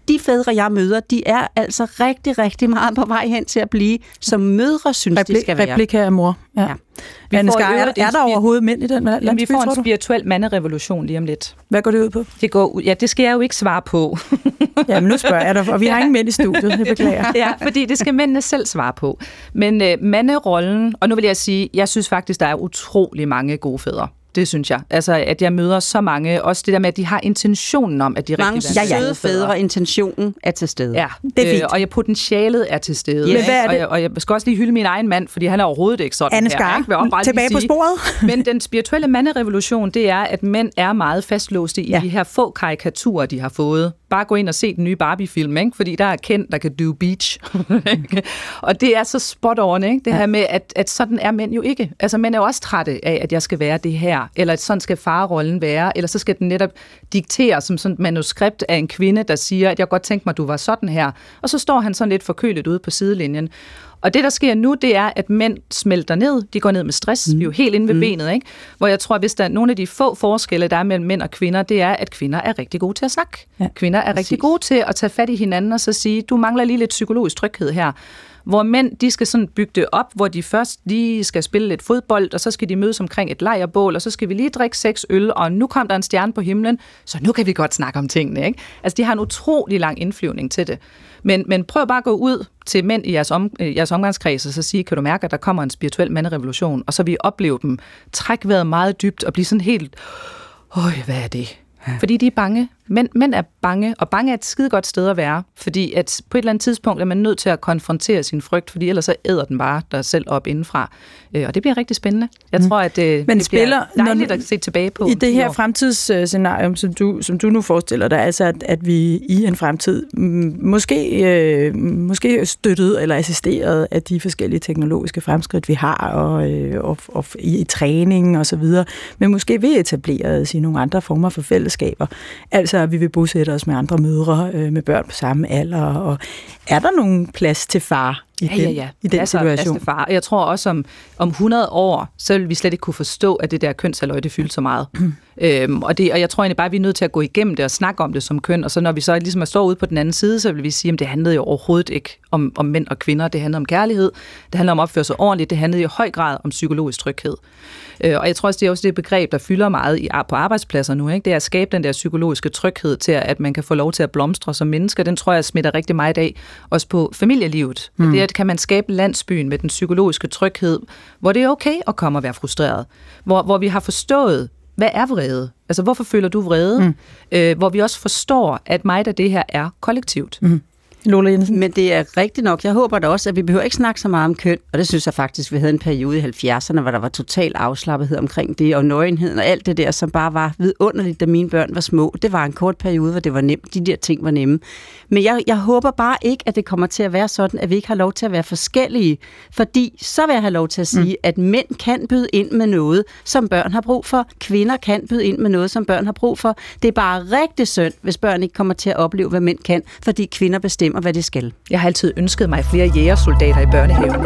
de fædre, jeg møder, de er altså rigtig, rigtig meget på vej hen til at blive, som mødre synes, Repli- de skal være. Replika af mor. Ja. Ja. Anne Skar, er, er der overhovedet mænd i den landsby, Jamen, vi får en tror du? spirituel manderevolution lige om lidt. Hvad går det ud på? Det går ud, ja, det skal jeg jo ikke svare på. Ja, men nu spørger jeg dig, og vi har ingen mænd i studiet, jeg beklager. Ja, fordi det skal mændene selv svare på. Men øh, manderollen, og nu vil jeg sige, jeg synes faktisk, der er utrolig mange gode fædre. Det synes jeg. Altså, at jeg møder så mange, også det der med, at de har intentionen om, at de mange rigtig mange søde fædre, intentionen er til stede. Ja, det er fint. Øh, og jeg potentialet er til stede. Yes. Men hvad er det? Og, jeg, og jeg skal også lige hylde min egen mand, fordi han er overhovedet ikke sådan Anne her. Skar, Ikke? tilbage på sporet. Men den spirituelle manderevolution, det er, at mænd er meget fastlåste i ja. de her få karikaturer, de har fået. Bare gå ind og se den nye Barbie-film, ikke? Fordi der er kendt, der kan do beach. Og det er så spot on, ikke? Det ja. her med, at, at sådan er mænd jo ikke. Altså, mænd er jo også trætte af, at jeg skal være det her, eller at sådan skal farrollen være, eller så skal den netop diktere som sådan et manuskript af en kvinde, der siger, at jeg godt tænkte mig, at du var sådan her. Og så står han sådan lidt forkølet ude på sidelinjen. Og det, der sker nu, det er, at mænd smelter ned. De går ned med stress. Mm. Vi er jo helt inde ved mm. benet, ikke? Hvor jeg tror, at hvis der er nogle af de få forskelle, der er mellem mænd og kvinder, det er, at kvinder er rigtig gode til at snakke. Ja, kvinder er præcis. rigtig gode til at tage fat i hinanden og så sige, du mangler lige lidt psykologisk tryghed her. Hvor mænd, de skal sådan bygge det op, hvor de først lige skal spille lidt fodbold, og så skal de mødes omkring et lejrbål, og så skal vi lige drikke seks øl, og nu kom der en stjerne på himlen, så nu kan vi godt snakke om tingene, ikke? Altså, de har en utrolig lang indflyvning til det. Men, men prøv bare at gå ud til mænd i jeres, om, jeres omgangskreds, og så sige, kan du mærke, at der kommer en spirituel manderevolution, og så vil I opleve dem, træk vejret meget dybt, og blive sådan helt, øj, hvad er det? Fordi de er bange. Mænd, mænd er bange, og bange er et skide godt sted at være, fordi at på et eller andet tidspunkt er man nødt til at konfrontere sin frygt, fordi ellers så æder den bare der selv op indenfra. Og det bliver rigtig spændende. Jeg tror, at det, Men det spiller, bliver dejligt at se tilbage på. I det her fremtidsscenario, som du, som du nu forestiller dig, altså at, at vi i en fremtid måske, øh, måske støttet eller assisteret af de forskellige teknologiske fremskridt, vi har, og, øh, og, og i, i træning og så videre, men måske vil etableret i nogle andre former for fællesskaber. Altså at vi vil bosætte os med andre mødre øh, med børn på samme alder, og er der nogen plads til far i ja, den, ja, ja. i den altså, situation? Plads til far. Og jeg tror også, om, om hundrede år, så vil vi slet ikke kunne forstå, at det der kønshalløj, det fylder så meget. øhm, og, det, og jeg tror egentlig bare, at vi er nødt til at gå igennem det og snakke om det som køn, og så når vi så ligesom står ude på den anden side, så vil vi sige, at det handlede jo overhovedet ikke om, om mænd og kvinder, det handlede om kærlighed, det handlede om at opføre sig ordentligt, det handlede i høj grad om psykologisk tryghed. Øh, og jeg tror også, det er også det begreb, der fylder meget i, på arbejdspladser nu, ikke? Det er at skabe den der psykologiske tryghed til, at man kan få lov til at blomstre som mennesker. Den tror jeg smitter rigtig meget af, også på familielivet. Mm. Det er, at kan man skabe landsbyen med den psykologiske tryghed, hvor det er okay at komme og være frustreret. Hvor, hvor vi har forstået, hvad er vrede? Altså, hvorfor føler du vrede? Mm. Øh, hvor vi også forstår, at meget af det her er kollektivt. Mm. Lola Jensen. Men det er rigtigt nok. Jeg håber da også, at vi behøver ikke snakke så meget om køn, og det synes jeg faktisk, vi havde en periode i halvfjerdserne, hvor der var total afslappethed omkring det, og nøgenheden og alt det der, som bare var vidunderligt, da mine børn var små. Det var en kort periode, hvor det var nemt. De der ting var nemme. Men jeg, jeg håber bare ikke, at det kommer til at være sådan, at vi ikke har lov til at være forskellige, fordi så vil jeg have lov til at sige, mm. at mænd kan byde ind med noget, som børn har brug for. Kvinder kan byde ind med noget, som børn har brug for. Det er bare rigtig synd, hvis børn ikke kommer til at opleve, hvad mænd kan, fordi kvinder bestemmer, hvad de skal. Jeg har altid ønsket mig flere jægersoldater i børnehaven.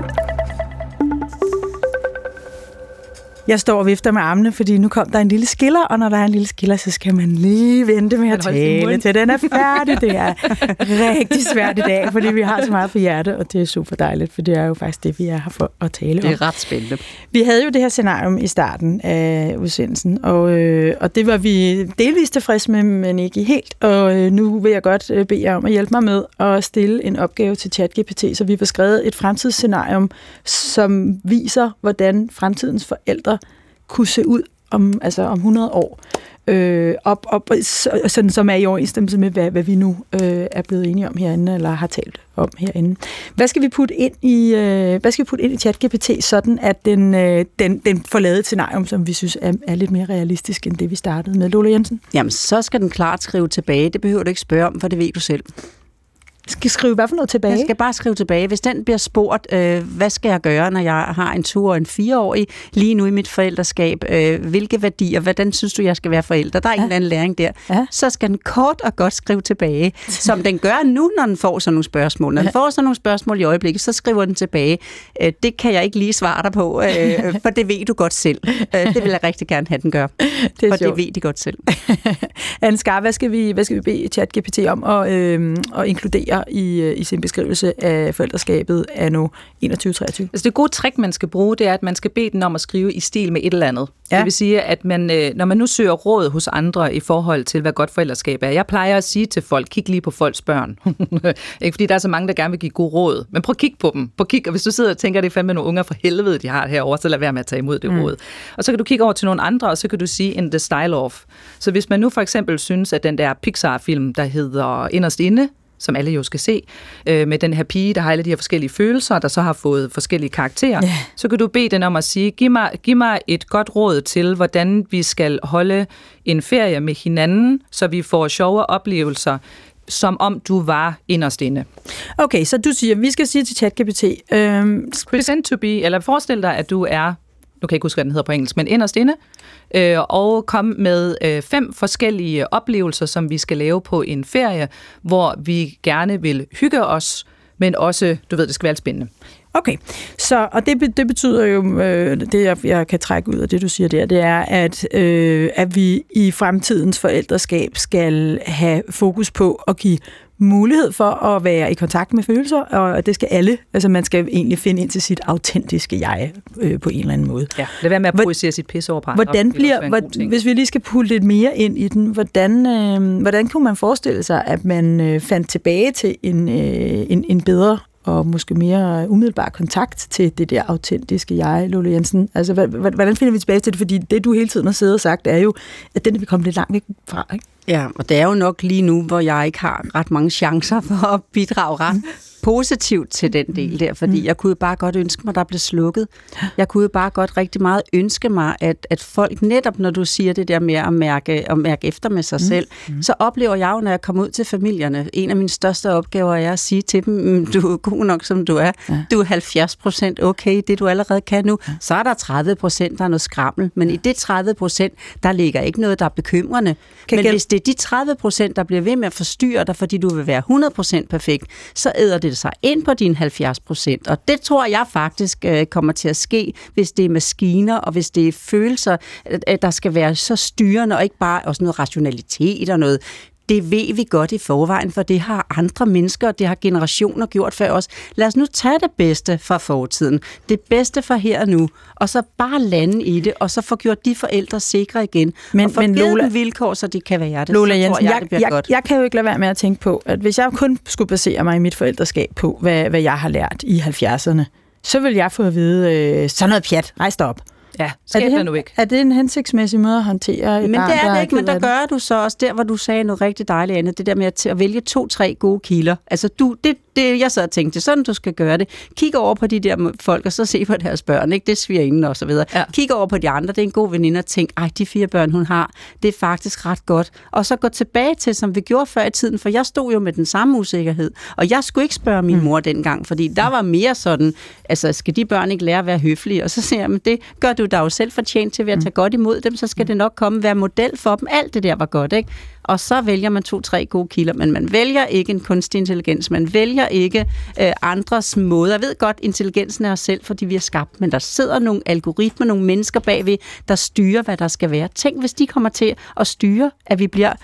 Jeg står og vifter med armene, fordi nu kom der en lille skiller, og når der er en lille skiller, så skal man lige vente med at tale til den er færdig. Det er rigtig svært i dag, fordi vi har så meget på hjerte, og det er super dejligt, for det er jo faktisk det, vi er her for at tale om. Det er ret spændende. Vi havde jo det her scenarium i starten af udsendelsen, og, øh, og det var vi delvist tilfredse med, men ikke helt. Og øh, nu vil jeg godt øh, bede jer om at hjælpe mig med at stille en opgave til ChatGPT, så vi får skrevet et fremtidsscenarium, som viser, hvordan fremtidens forældre kunne se ud om, altså om hundrede år, øh, op, op, sådan som er i overensstemmelse med, hvad, hvad vi nu øh, er blevet enige om herinde, eller har talt om herinde. Hvad skal vi putte ind i, øh, hvad skal vi putte ind i ChatGPT, sådan at den, øh, den, den får lavet et scenarium, som vi synes er, er lidt mere realistisk, end det vi startede med. Lola Jensen? Jamen, så skal den klart skrive tilbage. Det behøver du ikke spørge om, for det ved du selv. Skal skrive hvad for noget tilbage? Jeg skal bare skrive tilbage. Hvis den bliver spurgt, øh, hvad skal jeg gøre, når jeg har en to- og en fireårig lige nu i mit forældreskab? Øh, hvilke værdier? Hvordan synes du, jeg skal være forælder? Der er ja. en eller anden læring der. Ja. Så skal den kort og godt skrive tilbage, som den gør nu, når den får sådan nogle spørgsmål. Når den får sådan nogle spørgsmål i øjeblikket, så skriver den tilbage. Øh, det kan jeg ikke lige svare dig på, øh, for det ved du godt selv. Øh, det vil jeg rigtig gerne have, den gør. Det er for sjovt. Det ved de godt selv. Anne Skar, hvad skal vi, hvad skal vi bede ChatGPT om at, øh, at inkludere i, i sin beskrivelse af forældreskabet anno enogtyve treogtyve? Altså det gode trick, man skal bruge, det er, at man skal bede den om at skrive i stil med et eller andet. Ja. Det vil sige, at man, når man nu søger råd hos andre i forhold til, hvad godt forældreskab er. Jeg plejer at sige til folk, kig lige på folks børn. Ikke fordi der er så mange, der gerne vil give god råd. Men prøv at kigge på dem. Prøv at kigge. Og hvis du sidder og tænker, at det er fandme nogle unger for helvede, de har herovre, så lad være med at tage imod det mm. råd. Og så kan du kigge over til nogle andre, og så kan du sige in the style of. Så hvis man nu for eksempel synes, at den der Pixar-film, der hedder Inderst Inde, som alle jo skal se, øh, med den her pige, der har alle de her forskellige følelser, der så har fået forskellige karakterer, yeah. så kan du bede den om at sige, giv mig, giv mig et godt råd til, hvordan vi skal holde en ferie med hinanden, så vi får sjove oplevelser, som om du var inderst inde. Okay, så du siger, vi skal sige til ChatGPT... Øhm, Pretend to be, eller forestil dig, at du er, nu kan jeg ikke huske, hvad den hedder på engelsk, men inderst inde, øh, og kom med øh, fem forskellige oplevelser, som vi skal lave på en ferie, hvor vi gerne vil hygge os, men også, du ved, det skal være spændende. Okay, så, og det, det betyder jo, øh, det jeg, jeg kan trække ud af det, du siger der, det er, at, øh, at vi i fremtidens forældreskab skal have fokus på at give mulighed for at være i kontakt med følelser, og det skal alle. Altså man skal egentlig finde ind til sit autentiske jeg øh, på en eller anden måde. Ja, lad være med at projicere sit pis over på andre. Hvordan bliver, hvor, hvis vi lige skal putte lidt mere ind i den, hvordan, øh, hvordan kunne man forestille sig, at man øh, fandt tilbage til en, øh, en, en bedre og måske mere umiddelbar kontakt til det der autentiske jeg, Lolo Jensen? Altså, hvordan finder vi tilbage til det? Fordi det, du hele tiden har siddet og sagt, er jo, at den er vi kommet lidt langt væk fra, ikke? Ja, og det er jo nok lige nu, hvor jeg ikke har ret mange chancer for at bidrage ret positivt til den del der, fordi jeg kunne jo bare godt ønske mig, der blev slukket. Jeg kunne jo bare godt rigtig meget ønske mig, at, at folk netop, når du siger det der med at mærke, at mærke efter med sig selv, mm. så oplever jeg jo, når jeg kommer ud til familierne, en af mine største opgaver er at sige til dem, du er god nok, som du er. Ja. Du er halvfjerds procent okay, det du allerede kan nu. Så er der tredive procent, der er noget skrammel, men i det tredive procent, der ligger ikke noget, der er bekymrende. Kan men hvis det er de tredive procent, der bliver ved med at forstyrre dig, fordi du vil være hundrede procent perfekt, så æder det sig ind på dine halvfjerds procent. Og det tror jeg faktisk øh, kommer til at ske, hvis det er maskiner, og hvis det er følelser, at der skal være så styrende, og ikke bare også noget rationalitet og noget. Det ved vi godt i forvejen, for det har andre mennesker, og det har generationer gjort før os. Lad os nu tage det bedste fra fortiden, det bedste fra her og nu, og så bare lande i det, og så få gjort de forældre sikre igen, men, og få givet Lola, dem vilkår, så de kan være det. Lola Jensen, så tror jeg, jeg, det bliver jeg, godt. Jeg kan jo ikke lade være med at tænke på, at hvis jeg kun skulle basere mig i mit forældreskab på, hvad, hvad jeg har lært i halvfjerdserne, så vil jeg få at vide, øh, sådan noget pjat, rejs dig op. Ja, skab det nu ikke. Er det en hensigtsmæssig måde at håndtere et men barn, det er der det ikke, men der det? gør du så også der, hvor du sagde noget rigtig dejligt andet, det der med at, at vælge to-tre gode kilder. Altså, du, det, det, jeg så og tænkte, sådan du skal gøre det. Kig over på de der folk, og så se på deres børn, ikke? Det sviger inden og så videre. Ja. Kig over på de andre, det er en god veninde, og tænk, ej, de fire børn, hun har, det er faktisk ret godt. Og så gå tilbage til, som vi gjorde før i tiden, for jeg stod jo med den samme usikkerhed, og jeg skulle ikke spørge min mor dengang, fordi der var mere sådan, altså, skal de børn ikke lære at være høflige? Og så siger jeg, men det gør du da jo selv fortjent til ved at tage godt imod dem, så skal det nok komme være model for dem. Alt det der var godt, ikke? Og så vælger man to-tre gode kilder, men man vælger ikke en kunstig intelligens, man vælger ikke øh, andres måder. Jeg ved godt, intelligensen er os selv, fordi vi er skabt, men der sidder nogle algoritmer, nogle mennesker bagved, der styrer, hvad der skal være. Tænk, hvis de kommer til at styre, at vi bliver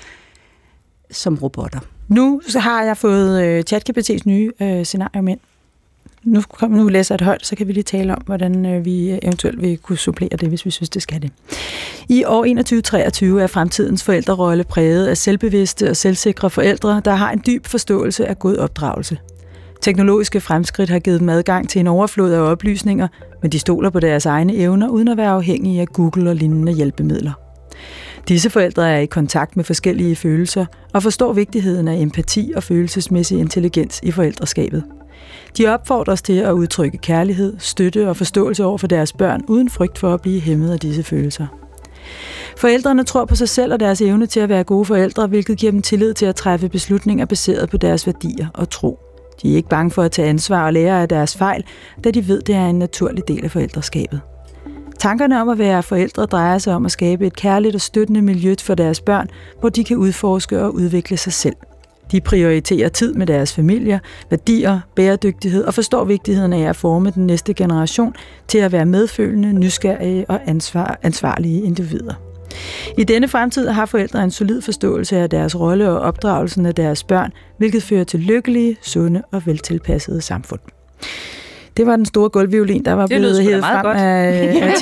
som robotter. Nu så har jeg fået øh, ChatGPT's nye øh, scenario med. Nu, kom, nu læser jeg et højt, så kan vi lige tale om, hvordan øh, vi eventuelt vil kunne supplere det, hvis vi synes, det skal det. I år enogtyve treogtyve er fremtidens forældrerolle præget af selvbevidste og selvsikre forældre, der har en dyb forståelse af god opdragelse. Teknologiske fremskridt har givet dem adgang til en overflod af oplysninger, men de stoler på deres egne evner, uden at være afhængige af Google og lignende hjælpemidler. Disse forældre er i kontakt med forskellige følelser og forstår vigtigheden af empati og følelsesmæssig intelligens i forældreskabet. De opfordres til at udtrykke kærlighed, støtte og forståelse over for deres børn, uden frygt for at blive hæmmet af disse følelser. Forældrene tror på sig selv og deres evne til at være gode forældre, hvilket giver dem tillid til at træffe beslutninger baseret på deres værdier og tro. De er ikke bange for at tage ansvar og lære af deres fejl, da de ved, det er en naturlig del af forældreskabet. Tankerne om at være forældre drejer sig om at skabe et kærligt og støttende miljø for deres børn, hvor de kan udforske og udvikle sig selv. De prioriterer tid med deres familier, værdier, bæredygtighed og forstår vigtigheden af at forme den næste generation til at være medfølende, nysgerrige og ansvar, ansvarlige individer. I denne fremtid har forældre en solid forståelse af deres rolle og opdragelsen af deres børn, hvilket fører til lykkelige, sunde og veltilpassede samfund. Det var den store gulvviolin, der var det blevet hævet frem godt. af, af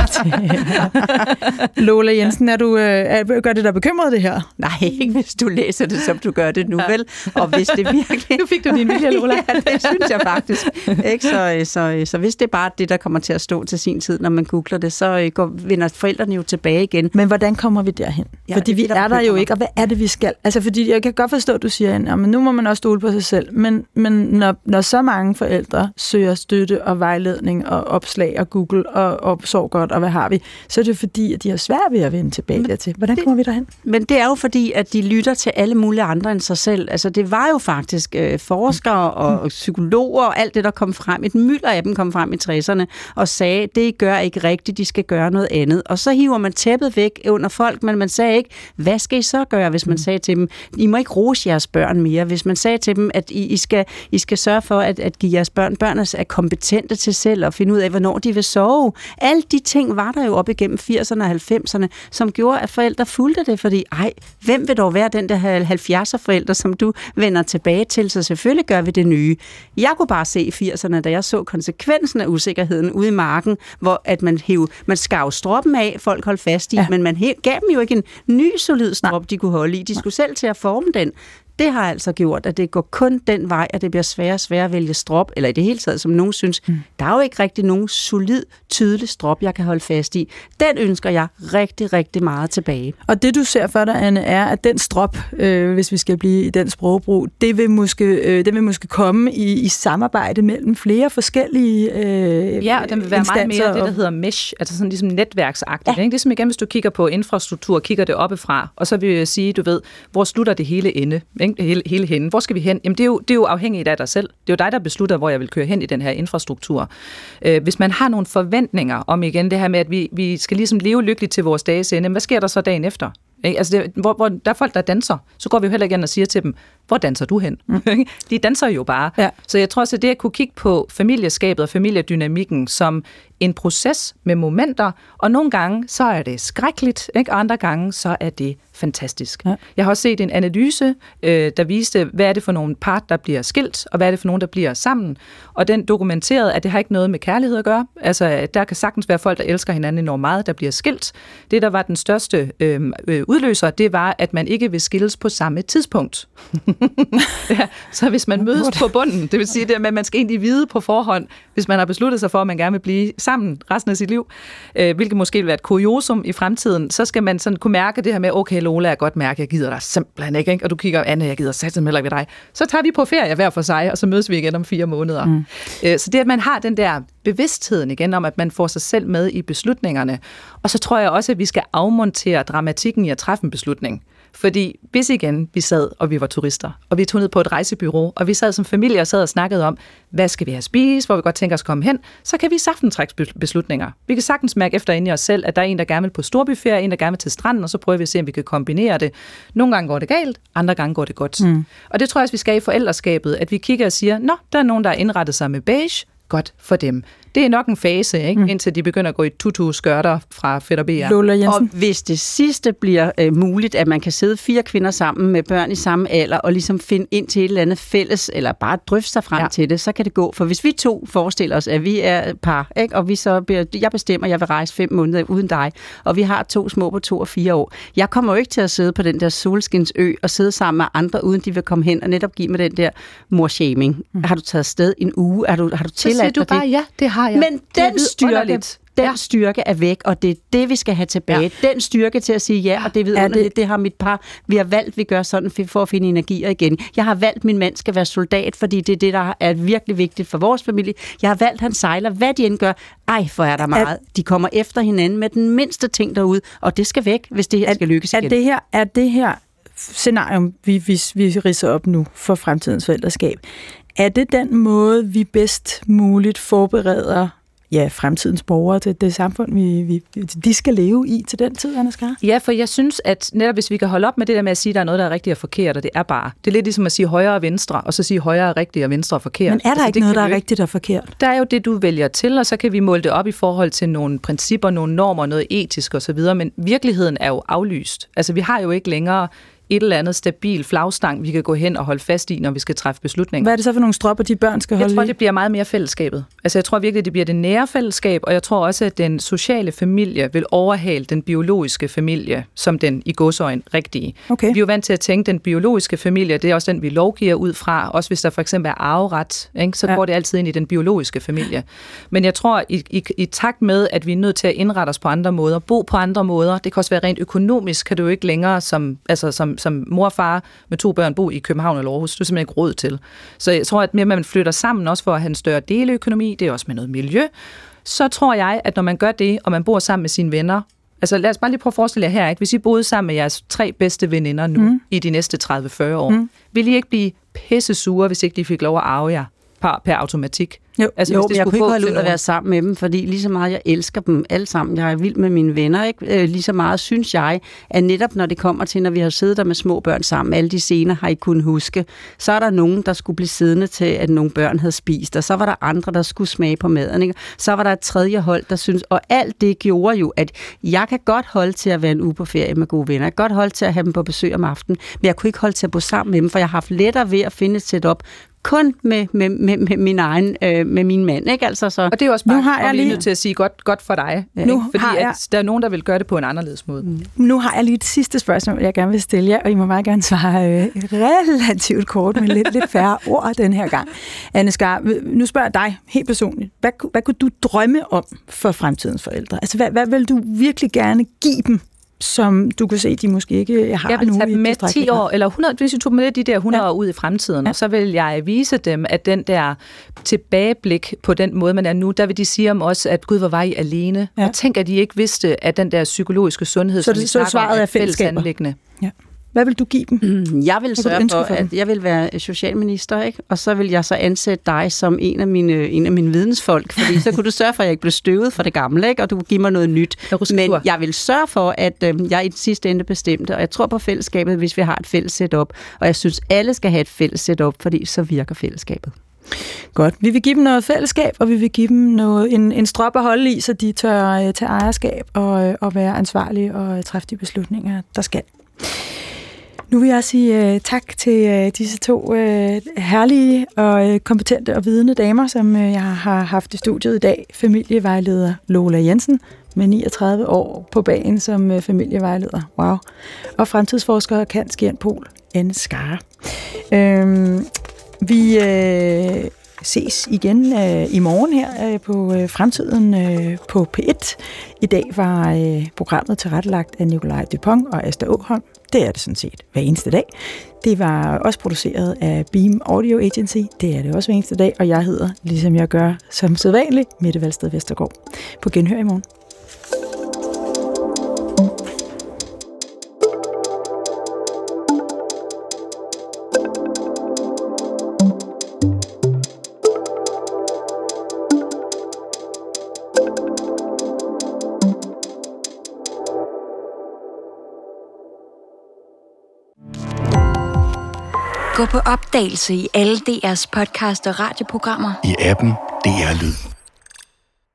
Lola Jensen, er du, er, gør det dig bekymret, det her? Nej, ikke hvis du læser det, som du gør det nu, vel? Og hvis det virkelig... Nu fik du din vilje, Lola. Ja, det synes jeg faktisk. Ikke? Så, så, så hvis det er bare det, der kommer til at stå til sin tid, når man googler det, så går, vender forældrene jo tilbage igen. Men hvordan kommer vi derhen? Ja, fordi vi det, der er der jo ikke, og hvad er det, vi skal? Altså, fordi jeg kan godt forstå, at du siger, at nu må man også stole på sig selv, men, men når, når så mange forældre søger støtte og vejledning og opslag og Google og, og sov godt og hvad har vi, så er det fordi, at de har svært ved at vende tilbage men dertil. Hvordan kommer det, vi derhen? Men det er jo fordi, at de lytter til alle mulige andre end sig selv. Altså det var jo faktisk øh, forskere og mm. psykologer og alt det, der kom frem. Et mylder af dem kom frem i tresserne og sagde, det gør ikke rigtigt, de skal gøre noget andet. Og så hiver man tæppet væk under folk, men man sagde ikke, hvad skal I så gøre, hvis man mm. sagde til dem, I må ikke rose jeres børn mere. Hvis man sagde til dem, at I, I, skal, I skal sørge for, at, at give jeres børn, børn er kompetente til selv og finde ud af, hvornår de vil sove. Alle de ting var der jo op igennem firserne og halvfemserne, som gjorde, at forældre fulgte det, fordi ej, hvem vil dog være den der halvfjerdser forældre, som du vender tilbage til, så selvfølgelig gør vi det nye. Jeg kunne bare se i firserne, da jeg så konsekvensen af usikkerheden ude i marken, hvor at man hæv, man skav stroppen af, folk holdt fast i, ja. men man hæv, gav dem jo ikke en ny solid strop, de kunne holde i. De skulle selv til at forme den. Det har altså gjort, at det går kun den vej, at det bliver sværere og sværere at vælge strop, eller i det hele taget, som nogen synes, mm. der er jo ikke rigtig nogen solid, tydelig strop, jeg kan holde fast i. Den ønsker jeg rigtig, rigtig meget tilbage. Og det, du ser for dig, Anne, er, at den strop, øh, hvis vi skal blive i den sprogbrug, det vil måske, øh, den vil måske komme i, i samarbejde mellem flere forskellige øh, Ja, og den vil være meget mere det, der hedder mesh, altså sådan ligesom netværksagtigt. Ja. Ikke? Det er som igen, hvis du kigger på infrastruktur, kigger det oppefra, og så vil jeg sige, du ved, hvor slutter det hele ende? Hele, hele hende. Hvor skal vi hen? Jamen, det er, jo, det er jo afhængigt af dig selv. Det er jo dig, der beslutter, hvor jeg vil køre hen i den her infrastruktur. Øh, hvis man har nogle forventninger om igen det her med, at vi, vi skal ligesom leve lykkeligt til vores dages ende, hvad sker der så dagen efter? Ikke? Altså det, hvor, hvor der er folk, der danser, så går vi jo heller ikke ind og siger til dem, hvor danser du hen? Mm. De danser jo bare. Ja. Så jeg tror også, at det at kunne kigge på familieskabet og familiedynamikken som en proces med momenter, og nogle gange så er det skrækkeligt, ikke? Og andre gange så er det fantastisk. Ja. Jeg har også set en analyse, øh, der viste, hvad er det for nogle par, der bliver skilt, og hvad er det for nogle, der bliver sammen. Og den dokumenterede, at det har ikke noget med kærlighed at gøre. Altså, der kan sagtens være folk, der elsker hinanden enormt meget, der bliver skilt. Det, der var den største øh, udløser, det var, at man ikke vil skilles på samme tidspunkt. Ja, så hvis man mødes på bunden, det vil sige, at man skal egentlig vide på forhånd, hvis man har besluttet sig for, at man gerne vil blive sammen resten af sit liv, øh, hvilket måske vil være et kuriosum i fremtiden, så skal man sådan kunne mærke det her med, okay, Lola, jeg godt mærke, jeg gider dig simpelthen ikke, ikke? Og du kigger, Anne, jeg gider satsen heller ikke ved dig. Så tager vi på ferie hver for sig, og så mødes vi igen om fire måneder. Mm. Øh, så det, at man har den der bevidstheden igen om, at man får sig selv med i beslutningerne. Og så tror jeg også, at vi skal afmontere dramatikken i at træffe en beslutning. Fordi hvis igen vi sad, og vi var turister, og vi tog ned på et rejsebyrå, og vi sad som familie og sad og snakkede om, hvad skal vi have spist, hvor vi godt tænker os at komme hen, så kan vi sagtens trække beslutninger. Vi kan sagtens mærke efter inde i os selv, at der er en, der gerne vil på storbyferie, en, der gerne vil til stranden, og så prøver vi at se, om vi kan kombinere det. Nogle gange går det galt, andre gange går det godt. Mm. Og det tror jeg også, vi skal i forældreskabet, at vi kigger og siger, nå, der er nogen, der har indrettet sig med beige, godt for dem. Det er nok en fase, ikke? Mm. Indtil de begynder at gå i tutu-skørter fra Fætter B R. Og hvis det sidste bliver øh, muligt, at man kan sidde fire kvinder sammen med børn i samme alder, og ligesom finde ind til et eller andet fælles, eller bare drøfte sig frem ja. til det, så kan det gå. For hvis vi to forestiller os, at vi er par, ikke? Og vi så, jeg bestemmer, at jeg vil rejse fem måneder uden dig, og vi har to små på to og fire år. Jeg kommer jo ikke til at sidde på den der solskinsø og sidde sammen med andre, uden de vil komme hen og netop give mig den der morshaming. Mm. Har du taget afsted en uge? Har du, har du tilladt så siger du bare, det? Ja, det har jeg. Men den styrke, den ja. styrke er væk, og det er det, vi skal have tilbage. Ja. Den styrke til at sige ja, og det ved ja, det, det har mit par. Vi har valgt, vi gør sådan for at finde energier igen. Jeg har valgt, min mand skal være soldat, fordi det er det, der er virkelig vigtigt for vores familie. Jeg har valgt, han sejler, hvad de end gør. Ej, for er der meget. At, de kommer efter hinanden med den mindste ting derude, og det skal væk, hvis det her at, skal lykkes igen. Er det her, er det her scenarium, vi, vi, vi ridser op nu for fremtidens forældreskab, er det den måde, vi bedst muligt forbereder ja, fremtidens borgere, til det samfund, vi, vi, de skal leve i til den tid, Anne Skare? Ja, for jeg synes, at netop hvis vi kan holde op med det der med at sige, at der er noget, der er rigtigt og forkert, og det er bare. Det er lidt ligesom at sige højre og venstre, og så sige højre og rigtigt og venstre og forkert. Men er der altså, ikke noget, der er rigtigt og forkert? Der er jo det, du vælger til, og så kan vi måle det op i forhold til nogle principper, nogle normer, noget etisk osv., men virkeligheden er jo aflyst. Altså, vi har jo ikke længere et eller andet stabil flagstang, vi kan gå hen og holde fast i, når vi skal træffe beslutninger. Hvad er det så for nogle stropper, de børn skal holde i? Jeg tror, det bliver meget mere fællesskabet. Altså, jeg tror virkelig, det bliver det nære fællesskab, og jeg tror også, at den sociale familie vil overhale den biologiske familie, som den i godsøjne rigtige. Okay. Vi er jo vant til at tænke, den biologiske familie, det er også den, vi lovgiver ud fra, også hvis der for eksempel er arveret, ikke? Så ja. går det altid ind i den biologiske familie. Men jeg tror, i, i, i takt med, at vi er nødt til at indrette os på andre måder, bo på andre måder, det kan også være rent økonomisk, kan du jo ikke længere som, altså som som mor og far med to børn bo i København eller Aarhus. Det er simpelthen ikke råd til. Så jeg tror, at mere man flytter sammen også for at have en større deleøkonomi, det er også med noget miljø, så tror jeg, at når man gør det, og man bor sammen med sine venner, altså lad os bare lige prøve at forestille jer her, ikke? Hvis I boede sammen med jeres tre bedste veninder nu mm. i de næste tredive til fyrre år, mm. vil I ikke blive pisse sure, hvis ikke de fik lov at arve jer per, per automatik? Jo, altså, jo men jeg kunne ikke holde ud at være sammen med dem, fordi lige så meget jeg elsker dem alle sammen, jeg er vild med mine venner, ikke? Lige så meget synes jeg, at netop når det kommer til, når vi har siddet der med små børn sammen, alle de scener har I kunnet huske, så er der nogen, der skulle blive siddende til, at nogle børn havde spist, og så var der andre, der skulle smage på maden, ikke? Så var der et tredje hold, der synes, og alt det gjorde jo, at jeg kan godt holde til at være en uge på ferie med gode venner, jeg kan godt holde til at have dem på besøg om aftenen, men jeg kunne ikke holde til at bo sammen med dem, for jeg har haft lettere ved at finde et setup, kun med, med, med, med min egen, øh, med min mand, ikke? Altså, så. Og det er jo også bare, nu har jeg lige nødt til at sige, godt, godt for dig. Ja, nu fordi har jeg... at der er nogen, der vil gøre det på en anderledes måde. Mm. Nu har jeg lige et sidste spørgsmål, jeg gerne vil stille jer, og I må meget gerne svare øh, relativt kort, med lidt, lidt færre ord den her gang. Anne Skare, nu spørger jeg dig helt personligt. Hvad, hvad kunne du drømme om for fremtidens forældre? Altså, hvad, hvad vil du virkelig gerne give dem, som du kan se, de måske ikke har nu? Jeg vil tage dem med ti år, eller hundrede, hvis jeg tog med de der hundrede ja. år ud i fremtiden, ja. og så vil jeg vise dem, at den der tilbageblik på den måde, man er nu, der vil de sige om os, at Gud, hvor var I alene? Ja. Og tænk, at de ikke vidste, at den der psykologiske sundhed, så som det, så svaret er fællesanliggende. Ja. Hvad vil du give dem? Mm, jeg vil sørge for, at jeg vil være socialminister, ikke? Og så vil jeg så ansætte dig som en af mine, en af mine vidensfolk, fordi så kunne du sørge for, at jeg ikke blev støvet for det gamle, ikke? Og du kunne give mig noget nyt. Men jeg vil sørge for, at øh, jeg i den sidste ende bestemte, og jeg tror på fællesskabet, hvis vi har et fælles setup. Og jeg synes, alle skal have et fælles setup, fordi så virker fællesskabet. Godt. Vi vil give dem noget fællesskab, og vi vil give dem noget, en, en strop at holde i, så de tør øh, tage ejerskab og, øh, og være ansvarlige og træffe de beslutninger, der skal. Nu vil jeg sige uh, tak til uh, disse to uh, herlige og uh, kompetente og vidende damer, som uh, jeg har haft i studiet i dag. Familievejleder Lola Jensen med niogtredive år på bagen som uh, familievejleder. Wow. Og fremtidsforsker Kant Skjern-Pohl, Anne Skare. Uh, vi uh, ses igen uh, i morgen her uh, på uh, Fremtiden uh, på P et. I dag var uh, programmet tilrettelagt af Nikolaj Dupont og Asta Åholm. Det er det sådan set hver eneste dag. Det var også produceret af Beam Audio Agency. Det er det også hver eneste dag, og jeg hedder, ligesom jeg gør som sædvanligt, Mette Valsted Vestergaard. På genhør i morgen. Gå på opdagelse i alle D R's podcast og radioprogrammer. I appen D R Lyd.